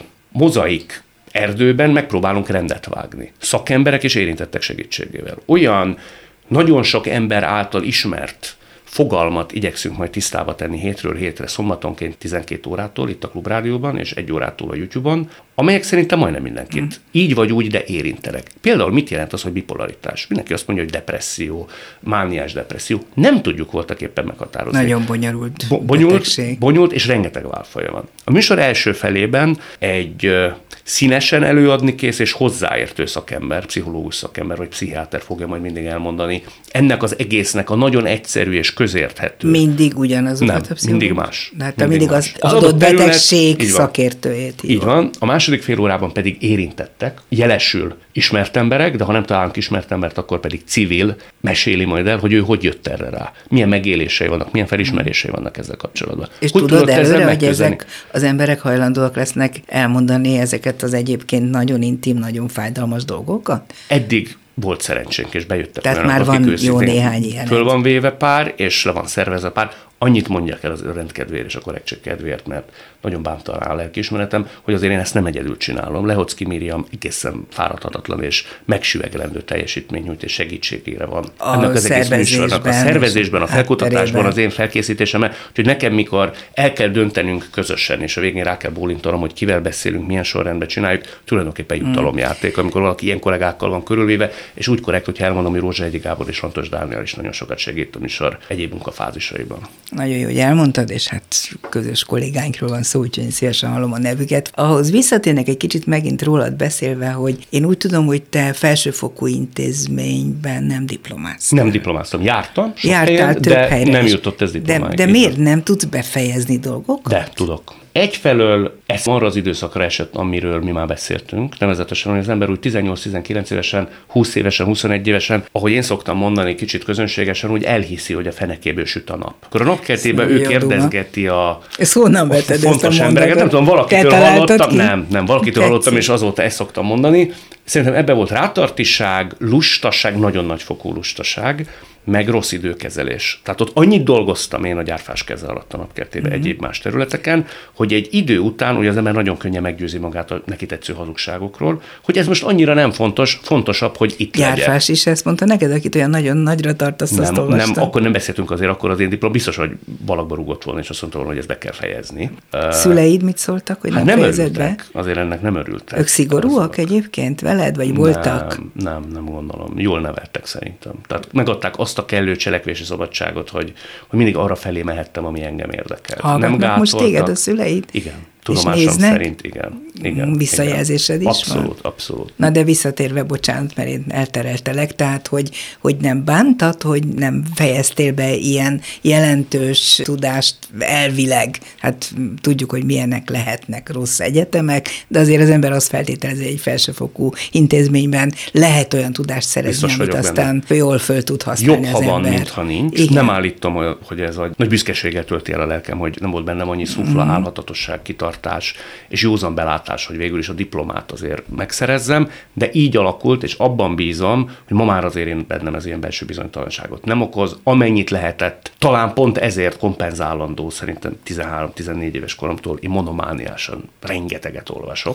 mozaik erdőben megpróbálunk rendet vágni. Szakemberek és érintettek segítségével. Olyan nagyon sok ember által ismert fogalmat igyekszünk majd tisztába tenni hétről hétre, szombatonként 12 órától itt a Klubrádióban, és 1 órától a YouTube-on, amelyek szerintem majdnem mindenkit így vagy úgy, de érintenek. Például mit jelent az, hogy bipolaritás? Mindenki azt mondja, hogy depresszió, mániás depresszió. Nem tudjuk voltak éppen meghatározni. Nagyon bonyolult bonyolult, és rengeteg válfaja van. A műsor első felében egy színesen előadni kész és hozzáértő szakember, pszichológus szakember vagy pszichiáter fogja majd mindig elmondani ennek az egésznek a nagyon egyszerű és közérthető. Mindig ugyanazokat a pszichológus? Mindig más. Hát mindig az adott betegség szakértőjét. Így van. A második fél órában pedig érintettek, jelesül ismert emberek, de ha nem találunk ismert embert, akkor pedig civil meséli majd el, hogy ő hogy jött erre rá. Milyen megélései vannak, milyen felismerései vannak ezzel kapcsolatban. És tudod előre, hogy ezek az emberek hajlandóak lesznek elmondani ezeket az egyébként nagyon intim, nagyon fájdalmas dolgokat? Eddig volt szerencsénk, és bejöttek. Tehát már van jó néhány ilyen. Föl van véve pár, és le van szervezve pár. Annyit mondják el az rendkedvéért és a korrektség kedvéért, mert nagyon bánta rá a lelkiismeretem, hogy azért én ezt nem egyedül csinálom. Lehocki Miriam egészen fáradhatatlan és megsüvegelendő teljesítménynyújt és segítségére van ennek az egész műsornak. A szervezésben, a felkutatásban az én felkészítésem, hogy nekem mikor el kell döntenünk közösen, és a végén rá kell bólintanom, hogy kivel beszélünk, milyen sorrendben csináljuk, tulajdonképpen jutalomjáték, amikor valaki ilyen kollégákkal van körülvéve, és úgy korrekt, hogy elmondom, hogy Rózsa Egyi Gábor és Lantos Dániel is nagyon sokat segít a műsor egyéb munkafázisaiban. Nagyon jó, hogy elmondtad, és hát közös kollégáinkról van szó, úgyhogy én szívesen hallom a nevüket. Ahhoz visszatérnek egy kicsit megint rólad beszélve, hogy én úgy tudom, hogy te felsőfokú intézményben nem diplomáztál. Nem diplomáztam. Jártam sok Jártál helyen, több de helyre nem is. jutott ez diplomáig. De miért nem tudsz befejezni dolgokat? De tudok. egyfelől ez arra az időszakra esett, amiről mi már beszéltünk, nevezetesen, hogy az ember úgy 18-19 évesen, 20 évesen, 21 évesen, ahogy én szoktam mondani, kicsit közönségesen, úgy elhiszi, hogy a fenekéből süt a nap. Akkor a napkertében ő kérdezgeti a fontos embereket. Nem tudom, valakitől hallottam, nem, valakitől hallottam, és azóta ezt szoktam mondani. Szerintem ebben volt rátartiság, lustaság, nagyon nagyfokú lustaság, meg rossz időkezelés. Tehát ott annyit dolgoztam én a gyárfás keze alatt a napkertében egyéb más területeken, hogy egy idő után, ugye az ember nagyon könnyen meggyőzi magát a neki tetsző hazugságokról, hogy ez most annyira nem fontos, fontosabb, hogy itt legyen. Gyárfás is ezt mondta neked, akit olyan nagyon nagyra tartasz, azt olvastam? Nem, akkor nem beszéltünk azért, akkor az én diplom biztos, hogy balagba rúgott volna, és azt mondta volna, hogy ezt be kell fejezni. Szüleid mit szóltak, hogy nem fejezed be? Azért ennek nem örültek. Ők szigorúak egyébként veled, vagy voltak? Nem gondolom. Jól neveltek szerintem. Tehát megadták azt a kellő cselekvési szabadságot, hogy mindig arra felé mehettem, ami engem érdekelt. Hallgatnak most téged a szüleid? Igen. Tudomásom szerint igen. Visszajelzésed igen. is van? Abszolút. Na de visszatérve, bocsánat, mert én eltereltelek, tehát hogy nem bántad, hogy nem fejeztél be ilyen jelentős tudást elvileg. Hát tudjuk, hogy milyenek lehetnek rossz egyetemek, de azért az ember azt feltételezi, hogy egy felsőfokú intézményben lehet olyan tudást szerezni, amit aztán jól föl tud használni az ember. Jobb, ha van, mintha nincs. Igen. Nem állítom, hogy ez a nagy büszkeséggel tölti el a lelkem, hogy nem volt bennem annyi szufla, álhatatosság, kitartás és józan belátás, hogy végül is a diplomát azért megszerezzem, de így alakult, és abban bízom, hogy ma már azért én bennem ez ilyen belső bizonytalanságot nem okoz, amennyit lehetett. Talán pont ezért kompenzálandó, szerintem 13-14 éves koromtól én monomániásan rengeteget olvasok.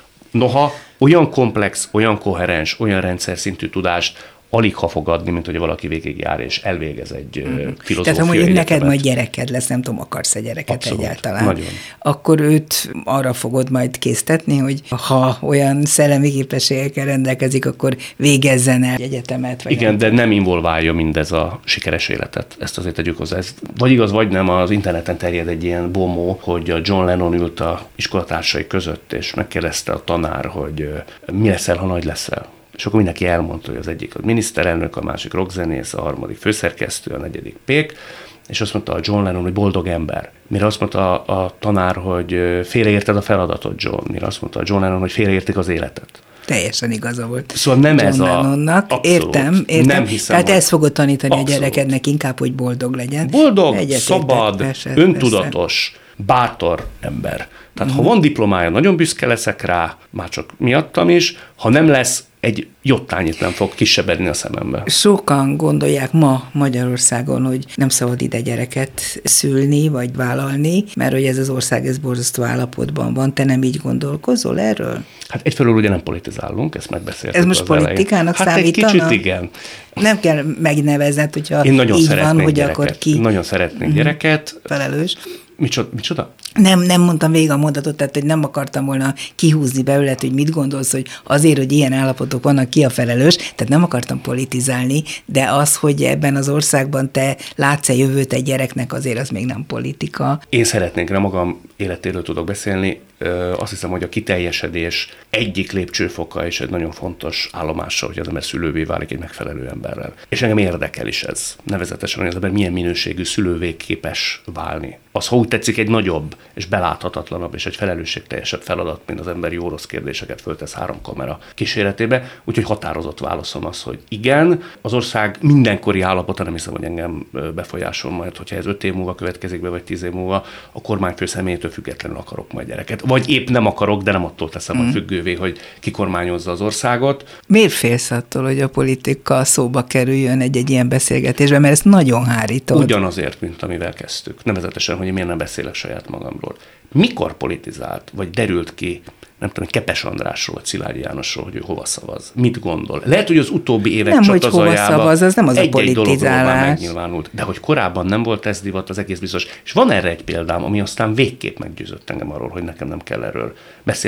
Noha olyan komplex, olyan koherens, olyan rendszer szintű tudást alig ha fog adni, mint hogy valaki végigjár és elvégez egy filozófiai Tehát amúgy neked majd gyereked lesz, nem tudom, akarsz-e gyereket abszolút, egyáltalán. Nagyon. Akkor őt arra fogod majd késztetni, hogy ha olyan szellemi képességekkel rendelkezik, akkor végezzen el egyetemet. Vagy igen, de nem involválja mindez a sikeres életet. Ezt azért tegyük hozzá. Ez vagy igaz, vagy nem, az interneten terjed egy ilyen bomó, hogy a John Lennon ült a iskolatársai között, és megkérdezte a tanár, hogy mi leszel, ha nagy leszel. És akkor mindenki elmondta, hogy az egyik a miniszterelnök, a másik rockzenész, a harmadik főszerkesztő, a negyedik pék, és azt mondta a John Lennon, hogy boldog ember. Mire azt mondta a tanár, hogy félreérted a feladatot, John. Mire azt mondta a John Lennon, hogy félreértik az életet. Teljesen igaza volt. Szóval nem John ez Lennonnak. Értem. Nem hiszem. Tehát ezt fogod tanítani a gyerekednek inkább, hogy boldog legyen. Boldog, szabad, öntudatos, bátor ember. Tehát ha van diplomája, nagyon büszke leszek rá, már csak miattam is, ha nem lesz, egy jottányit nem fog kisebbedni a szemembe. Sokan gondolják ma Magyarországon, hogy nem szabad ide gyereket szülni, vagy vállalni, mert hogy ez az ország ez borzasztó állapotban van. Te nem így gondolkozol erről? Hát egyfelől ugye nem politizálunk, ezt megbeszéltük. Ez most politikának számítana? Hát egy kicsit igen. Nem kell megnevezned, hogyha én nagyon így szeretnék van, hogy gyereket. akkor ki... Nagyon szeretnék gyereket. Felelős. Micsoda? Nem mondtam végig a mondatot, tehát hogy nem akartam volna kihúzni belőle, hogy mit gondolsz, hogy azért, hogy ilyen állapotok vannak, ki a felelős, tehát nem akartam politizálni, de az, hogy ebben az országban te látsz-e jövőt egy gyereknek, azért az még nem politika. Én szeretnék, nem magam életéről tudok beszélni, azt hiszem, hogy a kiteljesedés egyik lépcsőfoka és egy nagyon fontos állomása, hogy az ember szülővé válik egy megfelelő emberrel. És engem érdekel is ez. Nevezetesen, hogy az ember milyen minőségű szülővé képes válni. Az, ha úgy tetszik, egy nagyobb és beláthatatlanabb és egy felelősségteljesebb feladat, mint az ember jó-rossz kérdéseket föltesz 3 kamera kíséretébe. Úgyhogy határozott válaszom az, hogy igen, az ország mindenkori állapota, nem hiszem, hogy engem befolyásol majd, hogyha ez 5 év múlva következik be, vagy 10 év múlva, a kormányfő személyétől függetlenül akarok majd gyereket. Vagy épp nem akarok, de nem attól teszem a függővé, hogy kikormányozza az országot. Miért félsz attól, hogy a politika szóba kerüljön egy ilyen beszélgetésben, mert ezt nagyon hárítod? Ugyanazért, mint amivel kezdtük. Nevezetesen, hogy én miért nem beszélek saját magamról. Mikor politizált, vagy derült ki, nem tudom, Kepes Andrásról, vagy Szilágyi Jánosról, hogy ő hova szavaz? Mit gondol? Lehet, hogy az utóbbi évek nem, csatazajában hogy hova szavaz, az nem az a politizálás. Megnyilvánult. De hogy korábban nem volt ez divat, az egész biztos. És van erre egy példám, ami aztán végképp meggyőzött engem arról, hogy nekem nem kell erről beszélnem.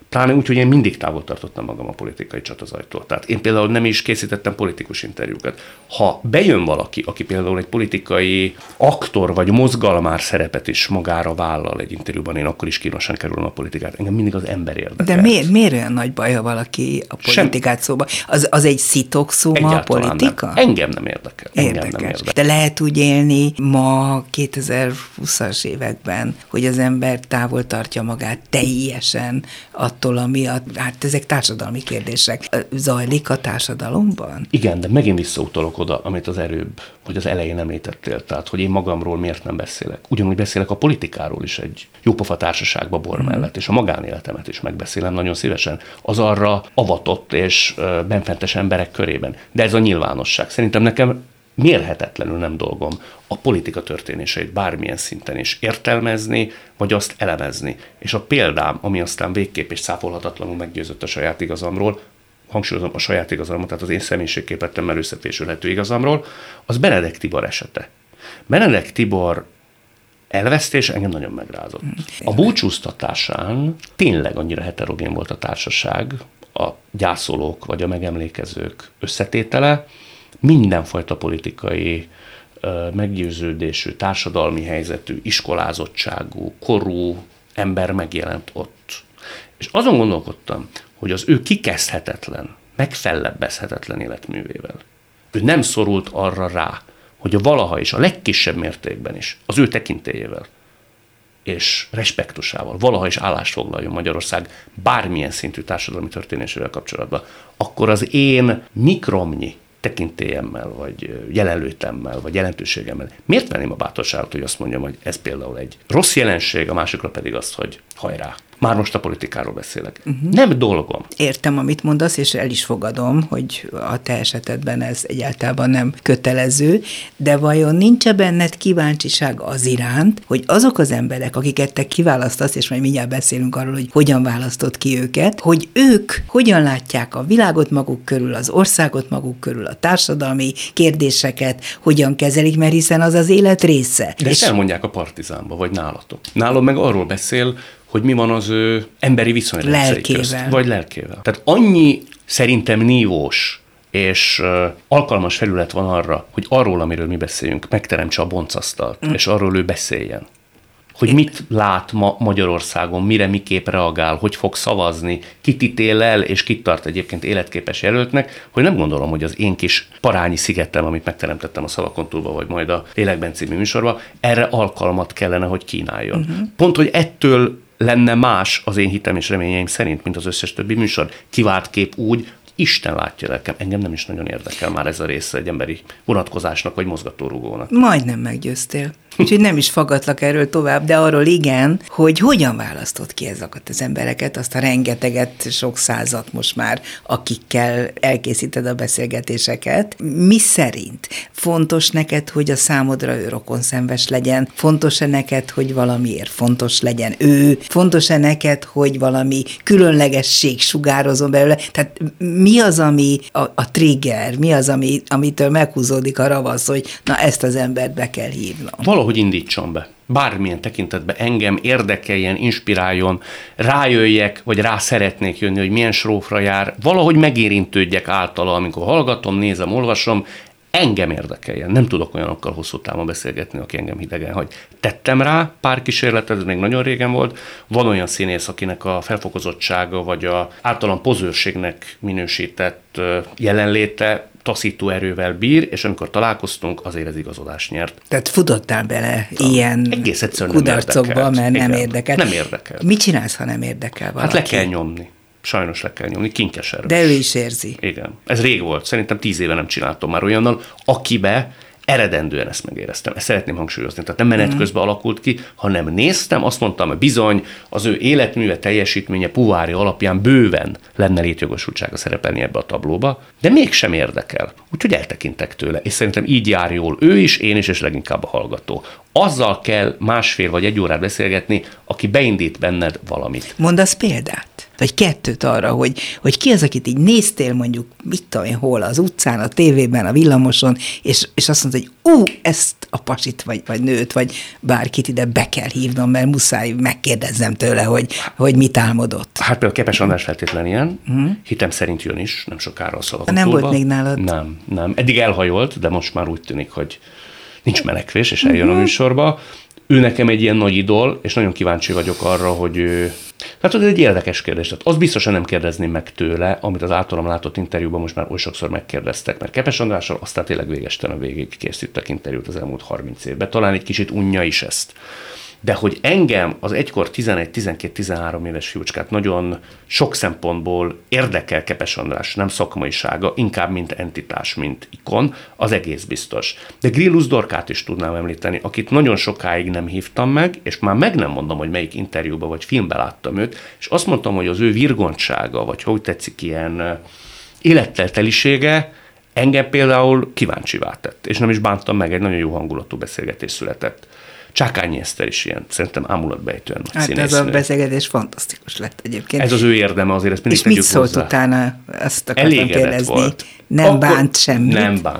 Pláne úgy, hogy én mindig távol tartottam magam a politikai csatazajtól. Tehát én például nem is készítettem politikus interjúkat. Ha bejön valaki, aki például egy politikai aktor vagy mozgalmár szerepet is magára vállal egy interjúban, én akkor is kínosan kerülöm a politikát. Engem mindig az ember érdekel. De miért olyan nagy baj, ha valaki a politikát szóba? Az egy szitokszó ma a politika? Nem. Engem nem érdekel. Érdekes. De lehet úgy élni ma 2020-as években, hogy az ember távol tartja magát teljesen attól, ami hát ezek társadalmi kérdések. Zajlik a társadalomban? Igen, de megint visszautalok oda, amit az előbb, hogy az elején említettél, tehát, hogy én magamról miért nem beszélek. Ugyanúgy beszélek a politikáról is egy jópofa társaságba bor mellett, és a magánéletemet is megbeszélem nagyon szívesen az arra avatott és benfentes emberek körében. De ez a nyilvánosság. Szerintem nekem mérhetetlenül nem dolgom a politika történéseit bármilyen szinten is értelmezni, vagy azt elemezni. És a példám, ami aztán végképp és cáfolhatatlanul meggyőzött a saját igazamról, hangsúlyozom a saját igazamról, tehát az én személyiségképletemmel összefésülhető igazamról, az Benedek Tibor esete. Benedek Tibor elvesztés engem nagyon megrázott. A búcsúztatásán tényleg annyira heterogén volt a társaság, a gyászolók vagy a megemlékezők összetétele, mindenfajta politikai meggyőződésű, társadalmi helyzetű, iskolázottságú, korú ember megjelent ott. És azon gondolkodtam, hogy az ő kikezdhetetlen, megfellebbezhetetlen életművével ő nem szorult arra rá, hogy a valaha is, a legkisebb mértékben is, az ő tekintélyével és respektusával valaha is állást foglaljon Magyarország bármilyen szintű társadalmi történésével kapcsolatban, akkor az én mikromnyi tekintélyemmel, vagy jelenlétemmel, vagy jelentőségemmel miért venném a bátorságot, hogy azt mondjam, hogy ez például egy rossz jelenség, a másikra pedig azt, hogy hajrá. Már most a politikáról beszélek. Nem dolgom. Értem, amit mondasz, és el is fogadom, hogy a te esetedben ez egyáltalán nem kötelező, de vajon nincs-e benned kíváncsiság az iránt, hogy azok az emberek, akiket te kiválasztasz, és majd mindjárt beszélünk arról, hogy hogyan választott ki őket, hogy ők hogyan látják a világot maguk körül, az országot maguk körül, a társadalmi kérdéseket, hogyan kezelik, mert hiszen az az élet része. De ezt elmondják a Partizánba, vagy nálatok. Nálam meg arról beszél, hogy mi van az ő emberi viszonyrendszerei közt, vagy lelkével. Tehát annyi szerintem nívós és alkalmas felület van arra, hogy arról, amiről mi beszéljünk, megteremtse a boncasztalt, és arról ő beszéljen. Hogy mit lát ma Magyarországon, mire miképp reagál, hogy fog szavazni, kit ítél el, és kit tart egyébként életképes jelöltnek, hogy nem gondolom, hogy az én kis parányi szigetem, amit megteremtettem a Szavakon túlba, vagy majd a Lélekben című műsorba, erre alkalmat kellene, hogy kínáljon. Pont, hogy ettől lenne más az én hitem és reményeim szerint, mint az összes többi műsor. Kivált kép úgy, Isten látja lelkem. Engem nem is nagyon érdekel már ez a része egy emberi vonatkozásnak, vagy mozgatórugónak. Majdnem meggyőztél. Úgyhogy nem is faggatlak erről tovább, de arról igen, hogy hogyan választott ki ezeket az embereket, azt a rengeteget, sok százat most már, akikkel elkészíted a beszélgetéseket. Mi szerint? Fontos neked, hogy a számodra ő rokonszenves legyen? Fontos-e neked, hogy valamiért fontos legyen ő? Fontos-e neked, hogy valami különlegesség sugározom belőle? Tehát mi az, ami a trigger? Mi az, amitől meghúzódik a ravasz, hogy na ezt az embert be kell hívnom? Valahogy indítson be. Bármilyen tekintetben engem érdekeljen, inspiráljon, rájöjjek, vagy rá szeretnék jönni, hogy milyen srófra jár, valahogy megérintődjek általa, amikor hallgatom, nézem, olvasom, engem érdekeljen. Nem tudok olyanokkal hosszú távon beszélgetni, aki engem hidegen hagy. Tettem rá pár kísérletet, ez még nagyon régen volt. Van olyan színész, akinek a felfokozottsága, vagy a általán pozőrségnek minősített jelenléte taszító erővel bír, és amikor találkoztunk, azért ez igazodást nyert. Tehát futottál bele ilyen kudarcokba, mert nem érdekel. Nem érdekel. Mit csinálsz, ha nem érdekel valaki? Hát le kell nyomni. Sajnos le kell nyomni, kinkes erős. De ő is érzi. Igen. Ez rég volt. Szerintem 10 éve nem csináltam már olyannal, akibe eredendően ezt megéreztem. Ezt szeretném hangsúlyozni. Tehát nem menet közben alakult ki, hanem néztem, azt mondtam, hogy bizony az ő életműve, teljesítménye, puvári alapján bőven lenne létjogosultsága szerepelni ebbe a tablóba, de mégsem érdekel. Úgyhogy eltekintek tőle. És szerintem így jár jól ő is, én is, és leginkább a hallgató. Azzal kell 1,5 vagy 1 órát beszélgetni, aki beindít benned valamit. Mondasz példát? vagy 2 arra, hogy ki az, akit így néztél mondjuk, mit tudom én, hol, az utcán, a tévében, a villamoson, és azt mondta, hogy ezt a pasit, vagy nőt, vagy bárkit ide be kell hívnom, mert muszáj megkérdezzem tőle, hogy mit álmodott. Hát például Kepes András feltétlen ilyen, hitem szerint jön is, nem sokára a Szavakon Nem túlba. volt még nálad? Nem. Eddig elhajolt, de most már úgy tűnik, hogy nincs menekvés, és eljön a műsorba. Ő nekem egy ilyen nagy idol, és nagyon kíváncsi vagyok arra, hogy ő... Hát ez egy érdekes kérdés. Tehát azt biztosan nem kérdezném meg tőle, amit az általam látott interjúban most már oly sokszor megkérdeztek, mert Kepes Andrással aztán tényleg végestelen végig készítettek interjút az elmúlt 30 évben. Talán egy kicsit unja is ezt. De hogy engem az egykor 11-12-13 éves fiúcskát nagyon sok szempontból érdekel Kepes András, nem szakmaisága, inkább mint entitás, mint ikon, az egész biztos. De Grillus Dorkát is tudnám említeni, akit nagyon sokáig nem hívtam meg, és már meg nem mondom, hogy melyik interjúban vagy filmben láttam őt, és azt mondtam, hogy az ő virgontsága, vagy hogy tetszik, ilyen életteltelisége engem például kíváncsivá tett, és nem is bántam meg, egy nagyon jó hangulatú beszélgetés született. Csákányi Eszter is ilyen, szerintem ámulatbejtően nagy színésznő. Hát ez a beszélgetés fantasztikus lett egyébként. Ez az ő érdeme, azért ezt mindig és mit szólt hozzá. Utána? Azt akartam kérdezni. Volt. Nem bánt semmit?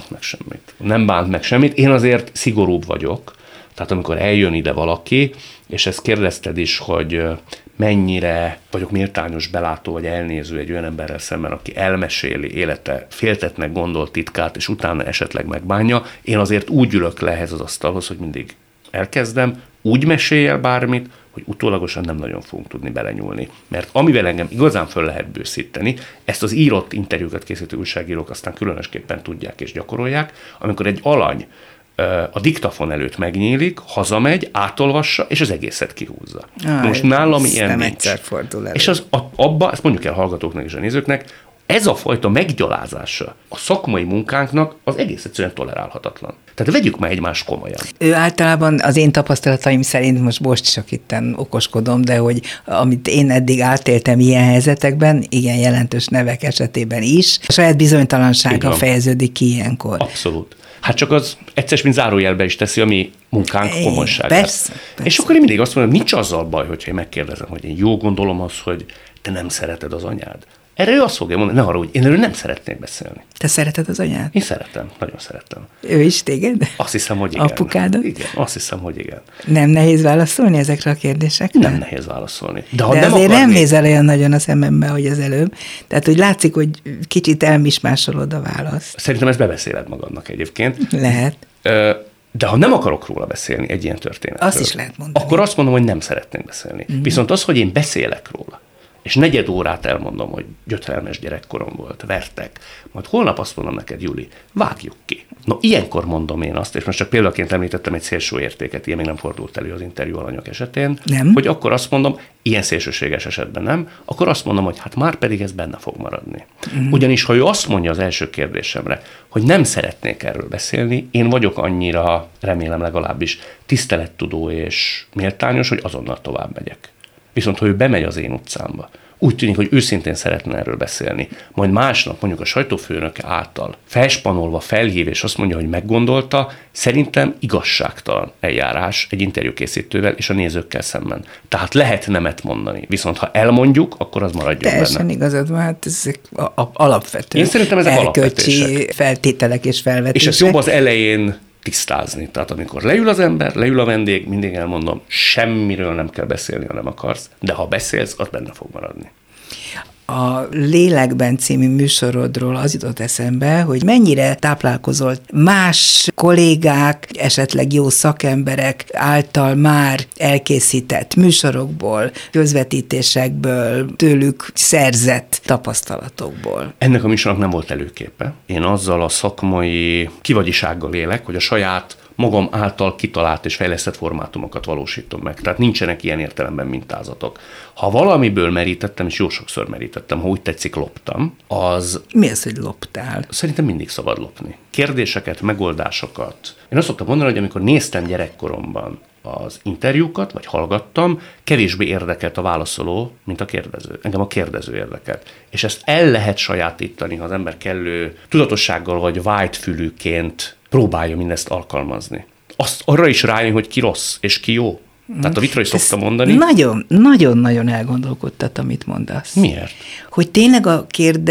Nem bánt meg semmit. Én azért szigorúbb vagyok. Tehát amikor eljön ide valaki, és ezt kérdezted is, hogy mennyire vagyok méltányos, belátó vagy elnéző egy olyan emberrel szemben, aki elmeséli élete féltetnek gondolt titkát, és utána esetleg megbánja. Én azért úgy ülök le ehhez az asztalhoz, hogy mindig elkezdem, úgy mesélj el bármit, hogy utólagosan nem nagyon fogunk tudni belenyúlni. Mert amivel engem igazán föl lehet bőszíteni, ezt az írott interjúkat készítő újságírók aztán különösképpen tudják és gyakorolják, amikor egy alany a diktafon előtt megnyílik, hazamegy, átolvassa, és az egészet kihúzza. Most nálam ilyen nem nincs. egyszer fordul elő. És abba, ezt mondjuk el hallgatóknak és a nézőknek, ez a fajta meggyalázása a szakmai munkánknak az egész egyszerűen tolerálhatatlan. Tehát vegyük már egymást komolyan. Ő általában az én tapasztalataim szerint, most csak itten okoskodom, de hogy amit én eddig átéltem ilyen helyzetekben, igen jelentős nevek esetében is, a saját bizonytalansága fejeződik ki ilyenkor. Abszolút. Hát csak az egyszer, mint zárójelbe is teszi a mi munkánk komolyságát. Persze. És akkor én mindig azt mondom, nincs azzal baj, hogyha én megkérdezem, hogy én jó gondolom azt, hogy te nem szereted az anyád. Erre ő azt fogja mondani, ne arra, hogy én erről nem szeretnék beszélni. Te szereted az anyád? Én szeretem, nagyon szeretem. Ő is téged? Azt hiszem, hogy igen. Apukádat? Igen, azt hiszem, hogy igen. Nem nehéz válaszolni ezekre a kérdésekre? Nem nehéz válaszolni. De azért nem nézel olyan nagyon a szemembe, hogy az előbb. Tehát, hogy látszik, hogy kicsit elmismásolod a választ. Szerintem ezt bebeszéled magadnak egyébként. Lehet. De ha nem akarok róla beszélni egy ilyen történetről, azt is lehet mondani. Akkor azt mondom, hogy nem szeretnék beszélni. Viszont az, hogy én beszélek róla, és 4 órát elmondom, hogy gyötrelmes gyerekkorom volt, vertek, majd holnap azt mondom neked, Juli, vágjuk ki. No, ilyenkor mondom én azt, és most csak példaként említettem egy szélső értéket, ilyen még nem fordult elő az interjú alanyok esetén, nem. Hogy akkor azt mondom, ilyen szélsőséges esetben nem, akkor azt mondom, hogy hát már pedig ez benne fog maradni. Ugyanis, ha ő azt mondja az első kérdésemre, hogy nem szeretnék erről beszélni, én vagyok annyira, remélem legalábbis, tisztelettudó és méltányos, hogy azonnal tovább megyek. Viszont, ha ő bemegy az én utcámba, úgy tűnik, hogy őszintén szeretne erről beszélni, majd másnap mondjuk a sajtófőnöke által felspanolva felhív, és azt mondja, hogy meggondolta, szerintem igazságtalan eljárás egy interjúkészítővel és a nézőkkel szemben. Tehát lehet nemet mondani, viszont ha elmondjuk, akkor az maradjon benne. Teljesen igazad van, hát ezek alapvető. Én szerintem ezek alapvetések. Feltételek és felvetések. És ezt jobb az elején tisztázni. Tehát amikor leül az ember, leül a vendég, mindig elmondom, semmiről nem kell beszélni, ha nem akarsz, de ha beszélsz, az benne fog maradni. A Lélekben című műsorodról az jutott eszembe, hogy mennyire táplálkozol más kollégák, esetleg jó szakemberek által már elkészített műsorokból, közvetítésekből, tőlük szerzett tapasztalatokból. Ennek a műsornak nem volt előképe. Én azzal a szakmai kivagyisággal élek, hogy a saját magam által kitalált és fejlesztett formátumokat valósítom meg. Tehát nincsenek ilyen értelemben mintázatok. Ha valamiből merítettem, és jó sokszor merítettem, ha úgy tetszik, loptam, az... Mi az, hogy loptál? Szerintem mindig szabad lopni. Kérdéseket, megoldásokat. Én azt szoktam mondani, hogy amikor néztem gyerekkoromban az interjúkat, vagy hallgattam, kevésbé érdekelt a válaszoló, mint a kérdező. Engem a kérdező érdekelt. És ezt el lehet sajátítani, ha az ember kellő tudatossággal vagy vágyfülűként próbálja mindezt alkalmazni. Arra is rájön, hogy ki rossz és ki jó. Tehát a Vitrai szokta mondani. Nagyon-nagyon elgondolkodtat, amit mondasz. Miért? Hogy tényleg a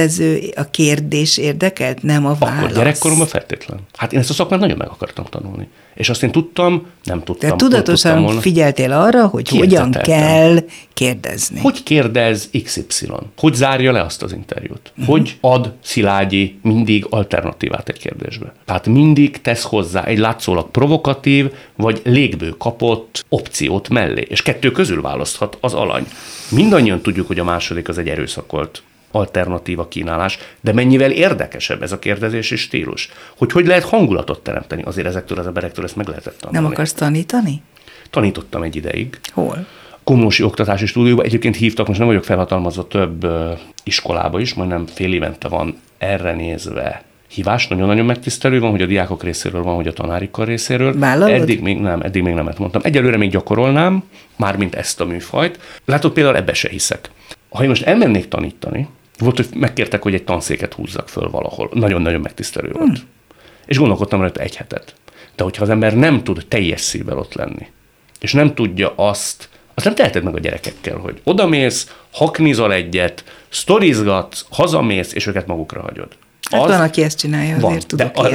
kérdés érdekelt, nem a válasz. Akkor gyerekkoromban feltétlen. Hát én ezt a szakmát nagyon meg akartam tanulni. És azt én nem tudtam. Tehát tudatosan figyeltél arra, hogy hogyan kell kérdezni. Hogy kérdez XY? Hogy zárja le azt az interjút? Hogy ad Szilágyi mindig alternatívát egy kérdésbe? Tehát mindig tesz hozzá egy látszólag provokatív, vagy légből kapott opciót mellé. És kettő közül választhat az alany. Mindannyian tudjuk, hogy a második az egy erőszakolt alternatíva kínálás, de mennyivel érdekesebb ez a kérdezési stílus. Hogy lehet hangulatot teremteni, azért ezektől az emberektől ezt meg lehetett tanulni. Nem akarsz tanítani? Tanítottam egy ideig. Hol? Komlósi Oktatási Stúdióban. Egyébként hívtak, most nem vagyok felhatalmazva, több iskolába is, majdnem fél évente van erre nézve hívás. Nagyon-nagyon megtisztelő van, hogy a diákok részéről van, hogy a tanárikkal részéről. Vállalod? Eddig még nem mondtam. Egyelőre még gyakorolnám, mármint ezt a műfajt. Látod, például ebbe se hiszek. Ha én most elmennék tanítani, volt, hogy megkértek, hogy egy tanszéket húzzak föl valahol. Nagyon-nagyon megtisztelő volt. És gondolkodtam rajta egy hetet. De hogyha az ember nem tud teljes szívvel ott lenni, és nem tudja azt nem teheted meg a gyerekekkel, hogy odamész, haknizol egyet, sztorizgatsz, hazamész, és őket magukra hagyod. Hát van, aki ezt csinálja, azért tudok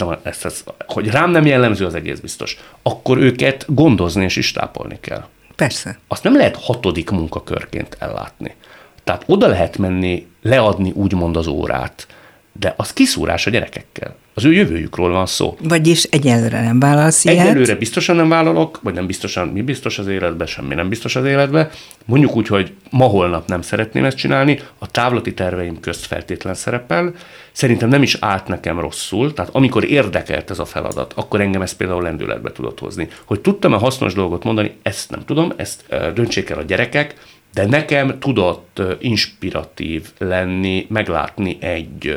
ez, hogy rám nem jellemző, az egész biztos. Akkor őket gondozni és istápolni kell. Persze. Azt nem lehet 6. munkakörként ellátni. Tehát oda lehet menni, leadni úgymond az órát, de az kiszúrás a gyerekekkel. Az ő jövőjükről van szó. Vagyis egyelőre nem vállalsz ilyet? Egyelőre biztosan nem vállalok, vagy nem biztosan, mi biztos az életben, semmi nem biztos az életben. Mondjuk úgy, hogy ma-holnap nem szeretném ezt csinálni, a távlati terveim közt feltétlen szerepel. Szerintem nem is állt nekem rosszul, tehát amikor érdekelt ez a feladat, akkor engem ezt például lendületbe tudott hozni. Hogy tudtam-e hasznos dolgot mondani, ezt nem tudom, ezt döntsék el a gyerekek, de nekem tudott inspiratív lenni, meglátni egy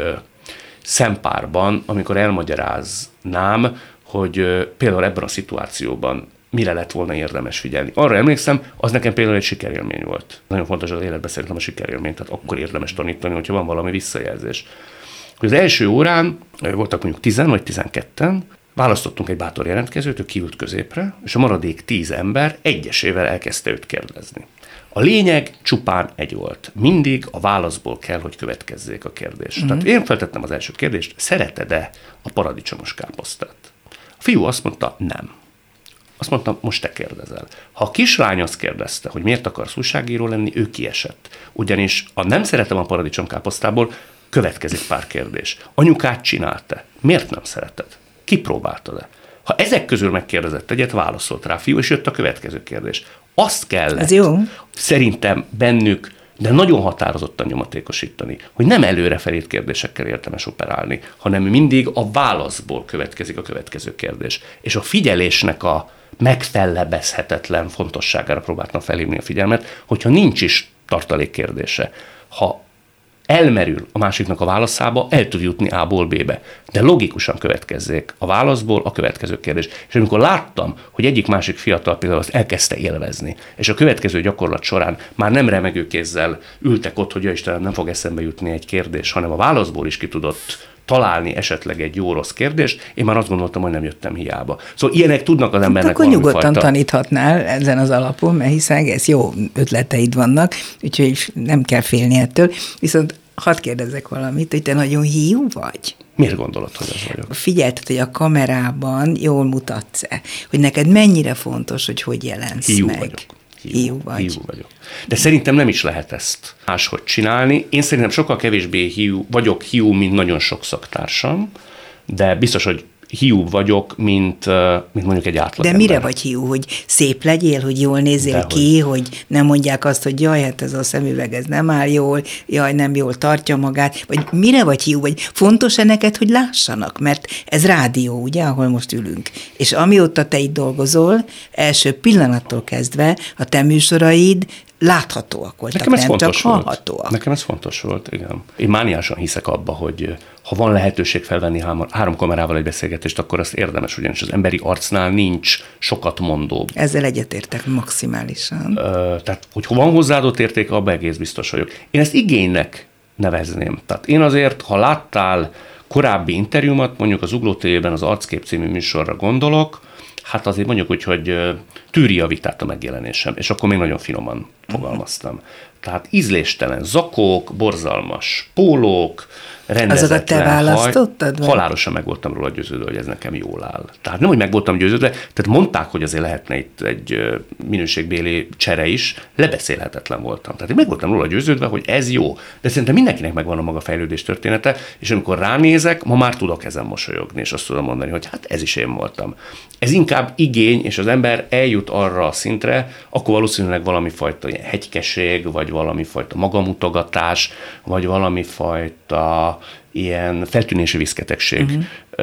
szempárban, amikor elmagyaráznám, hogy például ebben a szituációban mire lett volna érdemes figyelni. Arra emlékszem, az nekem például egy sikerélmény volt. Nagyon fontos az életben szerintem a sikerélmény, tehát akkor érdemes tanítani, hogyha van valami visszajelzés. Az első órán voltak mondjuk 10 vagy 12-en, választottunk egy bátor jelentkezőt, ő kiült középre, és a maradék 10 ember egyesével elkezdte őt kérdezni. A lényeg csupán egy volt. Mindig a válaszból kell, hogy következzék a kérdés. Tehát én feltettem az első kérdést, szereted-e a paradicsomos káposztát? A fiú azt mondta, nem. Azt mondtam, most te kérdezel. Ha a kislány azt kérdezte, hogy miért akarsz újságíró lenni, ő kiesett. Ugyanis a nem szeretem a paradicsomkáposztából következik pár kérdés. Anyukát csinálta. Miért nem szereted? Kipróbáltad-e? Ha ezek közül megkérdezett egyet, válaszolt rá a fiú, és jött a következő kérdés. Azt kellett szerintem bennük, de nagyon határozottan nyomatékosítani, hogy nem előrefelé kérdésekkel érdemes operálni, hanem mindig a válaszból következik a következő kérdés. És a figyelésnek a megfellebezhetetlen fontosságára próbáltam felhívni a figyelmet, hogyha nincs is tartalékkérdése. Ha elmerül a másiknak a válaszába, el tud jutni A-ból B-be. De logikusan következzék a válaszból a következő kérdés. És amikor láttam, hogy egyik-másik fiatal például azt elkezdte élvezni, és a következő gyakorlat során már nem remegő kézzel ültek ott, hogy ja Istenem, nem fog eszembe jutni egy kérdés, hanem a válaszból is ki tudott találni esetleg egy jó-rossz kérdést, én már azt gondoltam, hogy nem jöttem hiába. Szóval ilyenek tudnak az embernek akkor nyugodtan taníthatnál ezen az alapon, mert hiszen egész jó ötleteid vannak, úgyhogy nem kell félni ettől. Viszont hadd kérdezzek valamit, hogy te nagyon hiú vagy? Miért gondolod, hogy ez vagyok? Figyelted, hogy a kamerában jól mutatsz-e? Hogy neked mennyire fontos, hogy jelensz hiú meg? Vagyok. Hiú vagyok. De szerintem nem is lehet ezt máshogy csinálni. Én szerintem sokkal kevésbé vagyok hiú, mint nagyon sok szaktársam, de biztos, hogy hiú vagyok, mint mondjuk egy átlag. De mire vagy hiú? Hogy szép legyél, hogy jól nézzél ki, hogy nem mondják azt, hogy jaj, hát ez a szemüveg, ez nem áll jól, jaj, nem jól tartja magát, vagy mire vagy hiú? Vagy fontos-e neked, hogy lássanak? Mert ez rádió, ugye, ahol most ülünk. És amióta te itt dolgozol, első pillanattól kezdve a te műsoraid láthatóak voltak, nem csak hallhatóak. Nekem ez fontos volt, igen. Én mániásan hiszek abba, hogy ha van lehetőség felvenni 3 kamerával egy beszélgetést, akkor azt érdemes, ugyanis az emberi arcnál nincs sokat mondóbb. Ezzel egyetértek maximálisan. Tehát, hogy van hozzáadott érték, abban egész biztos vagyok. Én ezt igénynek nevezném. Tehát én azért, ha láttál korábbi interjúmat, mondjuk az Zugló TV-ben az Arckép című műsorra gondolok, hát azért mondjuk úgy, hogy tűri a vitát a megjelenésem, és akkor még nagyon finoman fogalmaztam. Tehát ízléstelen zakók, borzalmas pólók, rendezetlen azokat te választottad? Halálosan meg voltam róla győződve, hogy ez nekem jól áll. Tehát nem, hogy meg voltam győződve, tehát mondták, hogy azért lehetne itt egy minőségbéli csere is, lebeszélhetetlen voltam. Tehát én meg voltam róla győződve, hogy ez jó. De szerintem mindenkinek megvan a maga fejlődés története, és amikor ránézek, ma már tudok ezen mosolyogni, és azt tudom mondani, hogy hát ez is én voltam. Ez inkább igény, és az ember eljut arra a szintre, akkor valószínűleg valami fajta ilyen hegykeség, vagy valami fajta magamutogatás, vagy valami fajta ilyen feltűnési viszketegség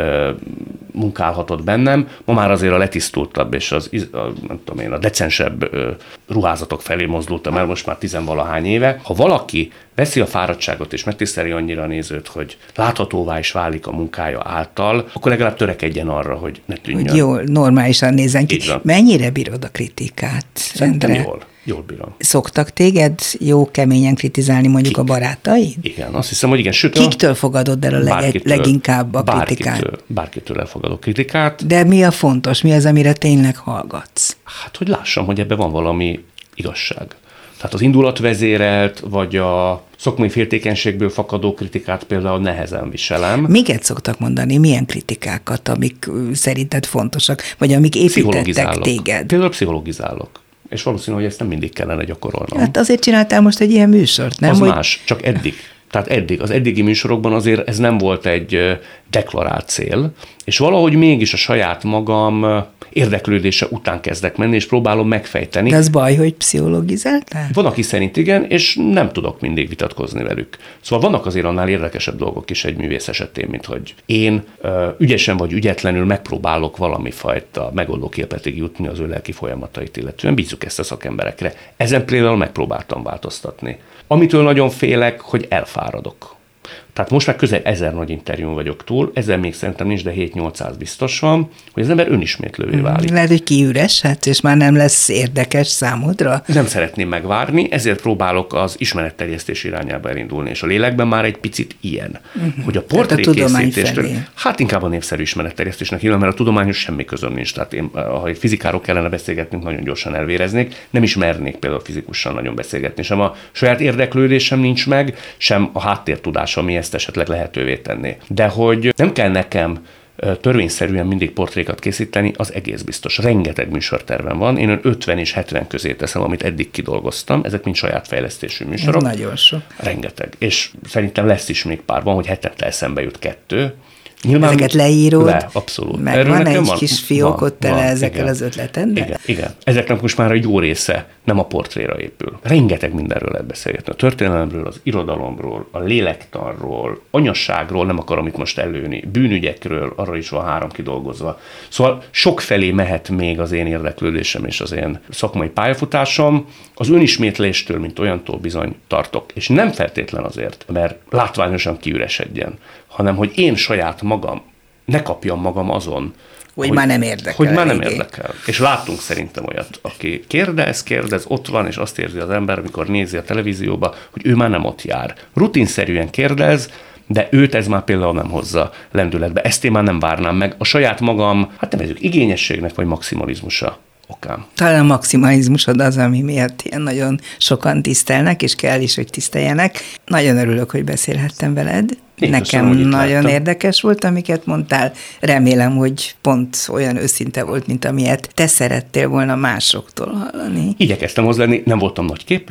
munkálhatott bennem. Ma már azért a letisztultabb és nem tudom én, a decensebb ruházatok felé mozdultam el most már 10-valahány éve. Ha valaki veszi a fáradtságot és megtiszteli annyira a nézőt, hogy láthatóvá is válik a munkája által, akkor legalább törekedjen arra, hogy ne tűnjön. Hogy jól, normálisan nézzen ki. Mennyire bírod a kritikát? Szerintem jól bírom. Szoktak téged jó keményen kritizálni mondjuk a barátaid? Igen, azt hiszem, hogy igen. Sőt, kiktől fogadod el a leginkább a kritikát? Bárkitől elfogadok kritikát. De mi a fontos? Mi az, amire tényleg hallgatsz? Hát, hogy lássam, hogy ebben van valami igazság. Tehát az indulatvezérelt, vagy a szakmai féltékenységből fakadó kritikát például nehezen viselem. Miket szoktak mondani? Milyen kritikákat, amik szerinted fontosak, vagy amik építettek téged? Például pszichologizálok. És valószínű, hogy ezt nem mindig kellene gyakorolnom. Hát azért csináltál most egy ilyen műsort, nem? Az más, csak eddig. Tehát az eddigi műsorokban azért ez nem volt egy deklarált cél, és valahogy mégis a saját magam érdeklődése után kezdek menni, és próbálom megfejteni. De az baj, hogy pszichologizáltál? Van, aki szerint igen, és nem tudok mindig vitatkozni velük. Szóval vannak azért annál érdekesebb dolgok is egy művész esetén, mint hogy én ügyesen vagy ügyetlenül megpróbálok valami fajta megoldóképletig jutni az ő lelki folyamatait illetően. Bízzuk ezt a szakemberekre. Ezen például megpróbáltam változtatni. Amitől nagyon félek, hogy elfáradok. Tehát most már közel 1000 nagy interjún vagyok túl, ezzel még szerintem nincs, de 7-800 biztos van, hogy az ember önismétlővé válik. Lehet, hogy kiüreshet, és már nem lesz érdekes számodra? Nem szeretném megvárni, ezért próbálok az ismeretterjesztés irányába elindulni, és a lélekben már egy picit ilyen, hogy a portrékészítéstől, hát inkább a népszerű ismeretterjesztésnek hívom, mert a tudományos semmi közöm nincs. Tehát én, ha egy fizikáról kellene beszélgetnünk, nagyon gyorsan elvéreznék, nem is mernék például fizikussal nagyon beszélgetni, sem a saját érdeklődésem nincs meg, sem a háttértudás, ami ezt esetleg lehetővé tenni. De hogy nem kell nekem törvényszerűen mindig portrékat készíteni, az egész biztos. Rengeteg műsortervem van, én 50 és 70 közé teszem, amit eddig kidolgoztam, ezek mind saját fejlesztésű műsorok. Ez nagyon sok. Rengeteg. És szerintem lesz is még pár, van, hogy hetente eszembe jut 2. Nyilván ezeket leírod, abszolút. Meg van egy kis fiókot tele ezekkel igen, az ötleteddel? Igen. Ezeknek most már egy jó része nem a portréra épül. Rengeteg mindenről lehet beszélgetni. A történelemről, az irodalomról, a lélektanról, anyasságról nem akarom itt most előni, bűnügyekről, arra is van 3 kidolgozva. Szóval sokfelé mehet még az én érdeklődésem és az én szakmai pályafutásom. Az önismétléstől, mint olyantól bizony tartok. És nem feltétlen azért, mert látványosan kiüresedjen, hanem hogy én saját magam ne kapjam magam azon, hogy már nem érdekel. Hogy már nem érdekel. És láttunk szerintem olyat, aki kérdez, ott van, és azt érzi az ember, amikor nézi a televízióba, hogy ő már nem ott jár. Rutinszerűen kérdez, de őt ez már például nem hozza lendületbe. Ezt én már nem várnám meg. A saját magam, hát nevezzük igényességnek, vagy maximalizmusa okán. Talán a maximalizmusod az, ami miatt ilyen nagyon sokan tisztelnek, és kell is, hogy tiszteljenek. Nagyon örülök, hogy beszélhettem veled. Én nekem köszönöm, nagyon érdekes volt, amiket mondtál. Remélem, hogy pont olyan őszinte volt, mint amilyet te szerettél volna másoktól hallani. Igyekeztem hozzá lenni, nem voltam nagyképű?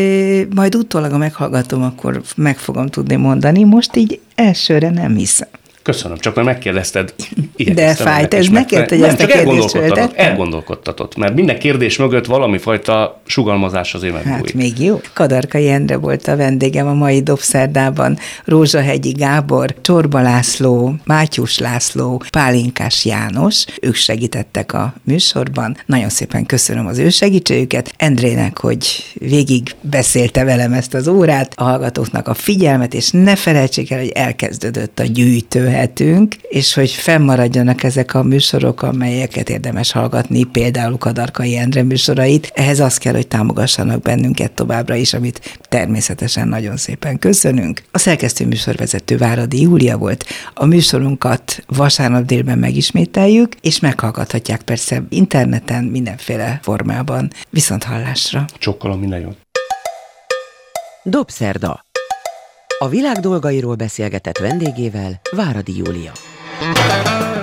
Majd utólag, ha meghallgatom, akkor meg fogom tudni mondani. Most így elsőre nem hiszem. Köszönöm, csak már megkérdezted. De fájt, ez neked, hogy ezt a kérdést elgondolkodtatott, mert minden kérdés mögött valami fajta sugalmazás azért megbújik. Hát még jó. Kadarkai Endre volt a vendégem a mai Dobszerdában, Rózsahegyi Gábor, Csorba László, Mátyus László, Pálinkás János, ők segítettek a műsorban. Nagyon szépen köszönöm az ő segítségüket. Endrének, hogy végig beszélte velem ezt az órát, a hallgatóknak a figyelmet, és ne felejtsék el, hogy elkezdődött a gyűjtőhetünk, és hogy fennmaradjon maradjanak ezek a műsorok, amelyeket érdemes hallgatni, például Kadarkai Endre műsorait. Ehhez az kell, hogy támogassanak bennünket továbbra is, amit természetesen nagyon szépen köszönünk. A szerkesztő műsorvezető Váradi Júlia volt. A műsorunkat vasárnap délben megismételjük, és meghallgathatják persze interneten, mindenféle formában. Viszont hallásra! Csokkolom, minden jót! Dobszerda. A világ dolgairól beszélgetett vendégével Váradi Júlia.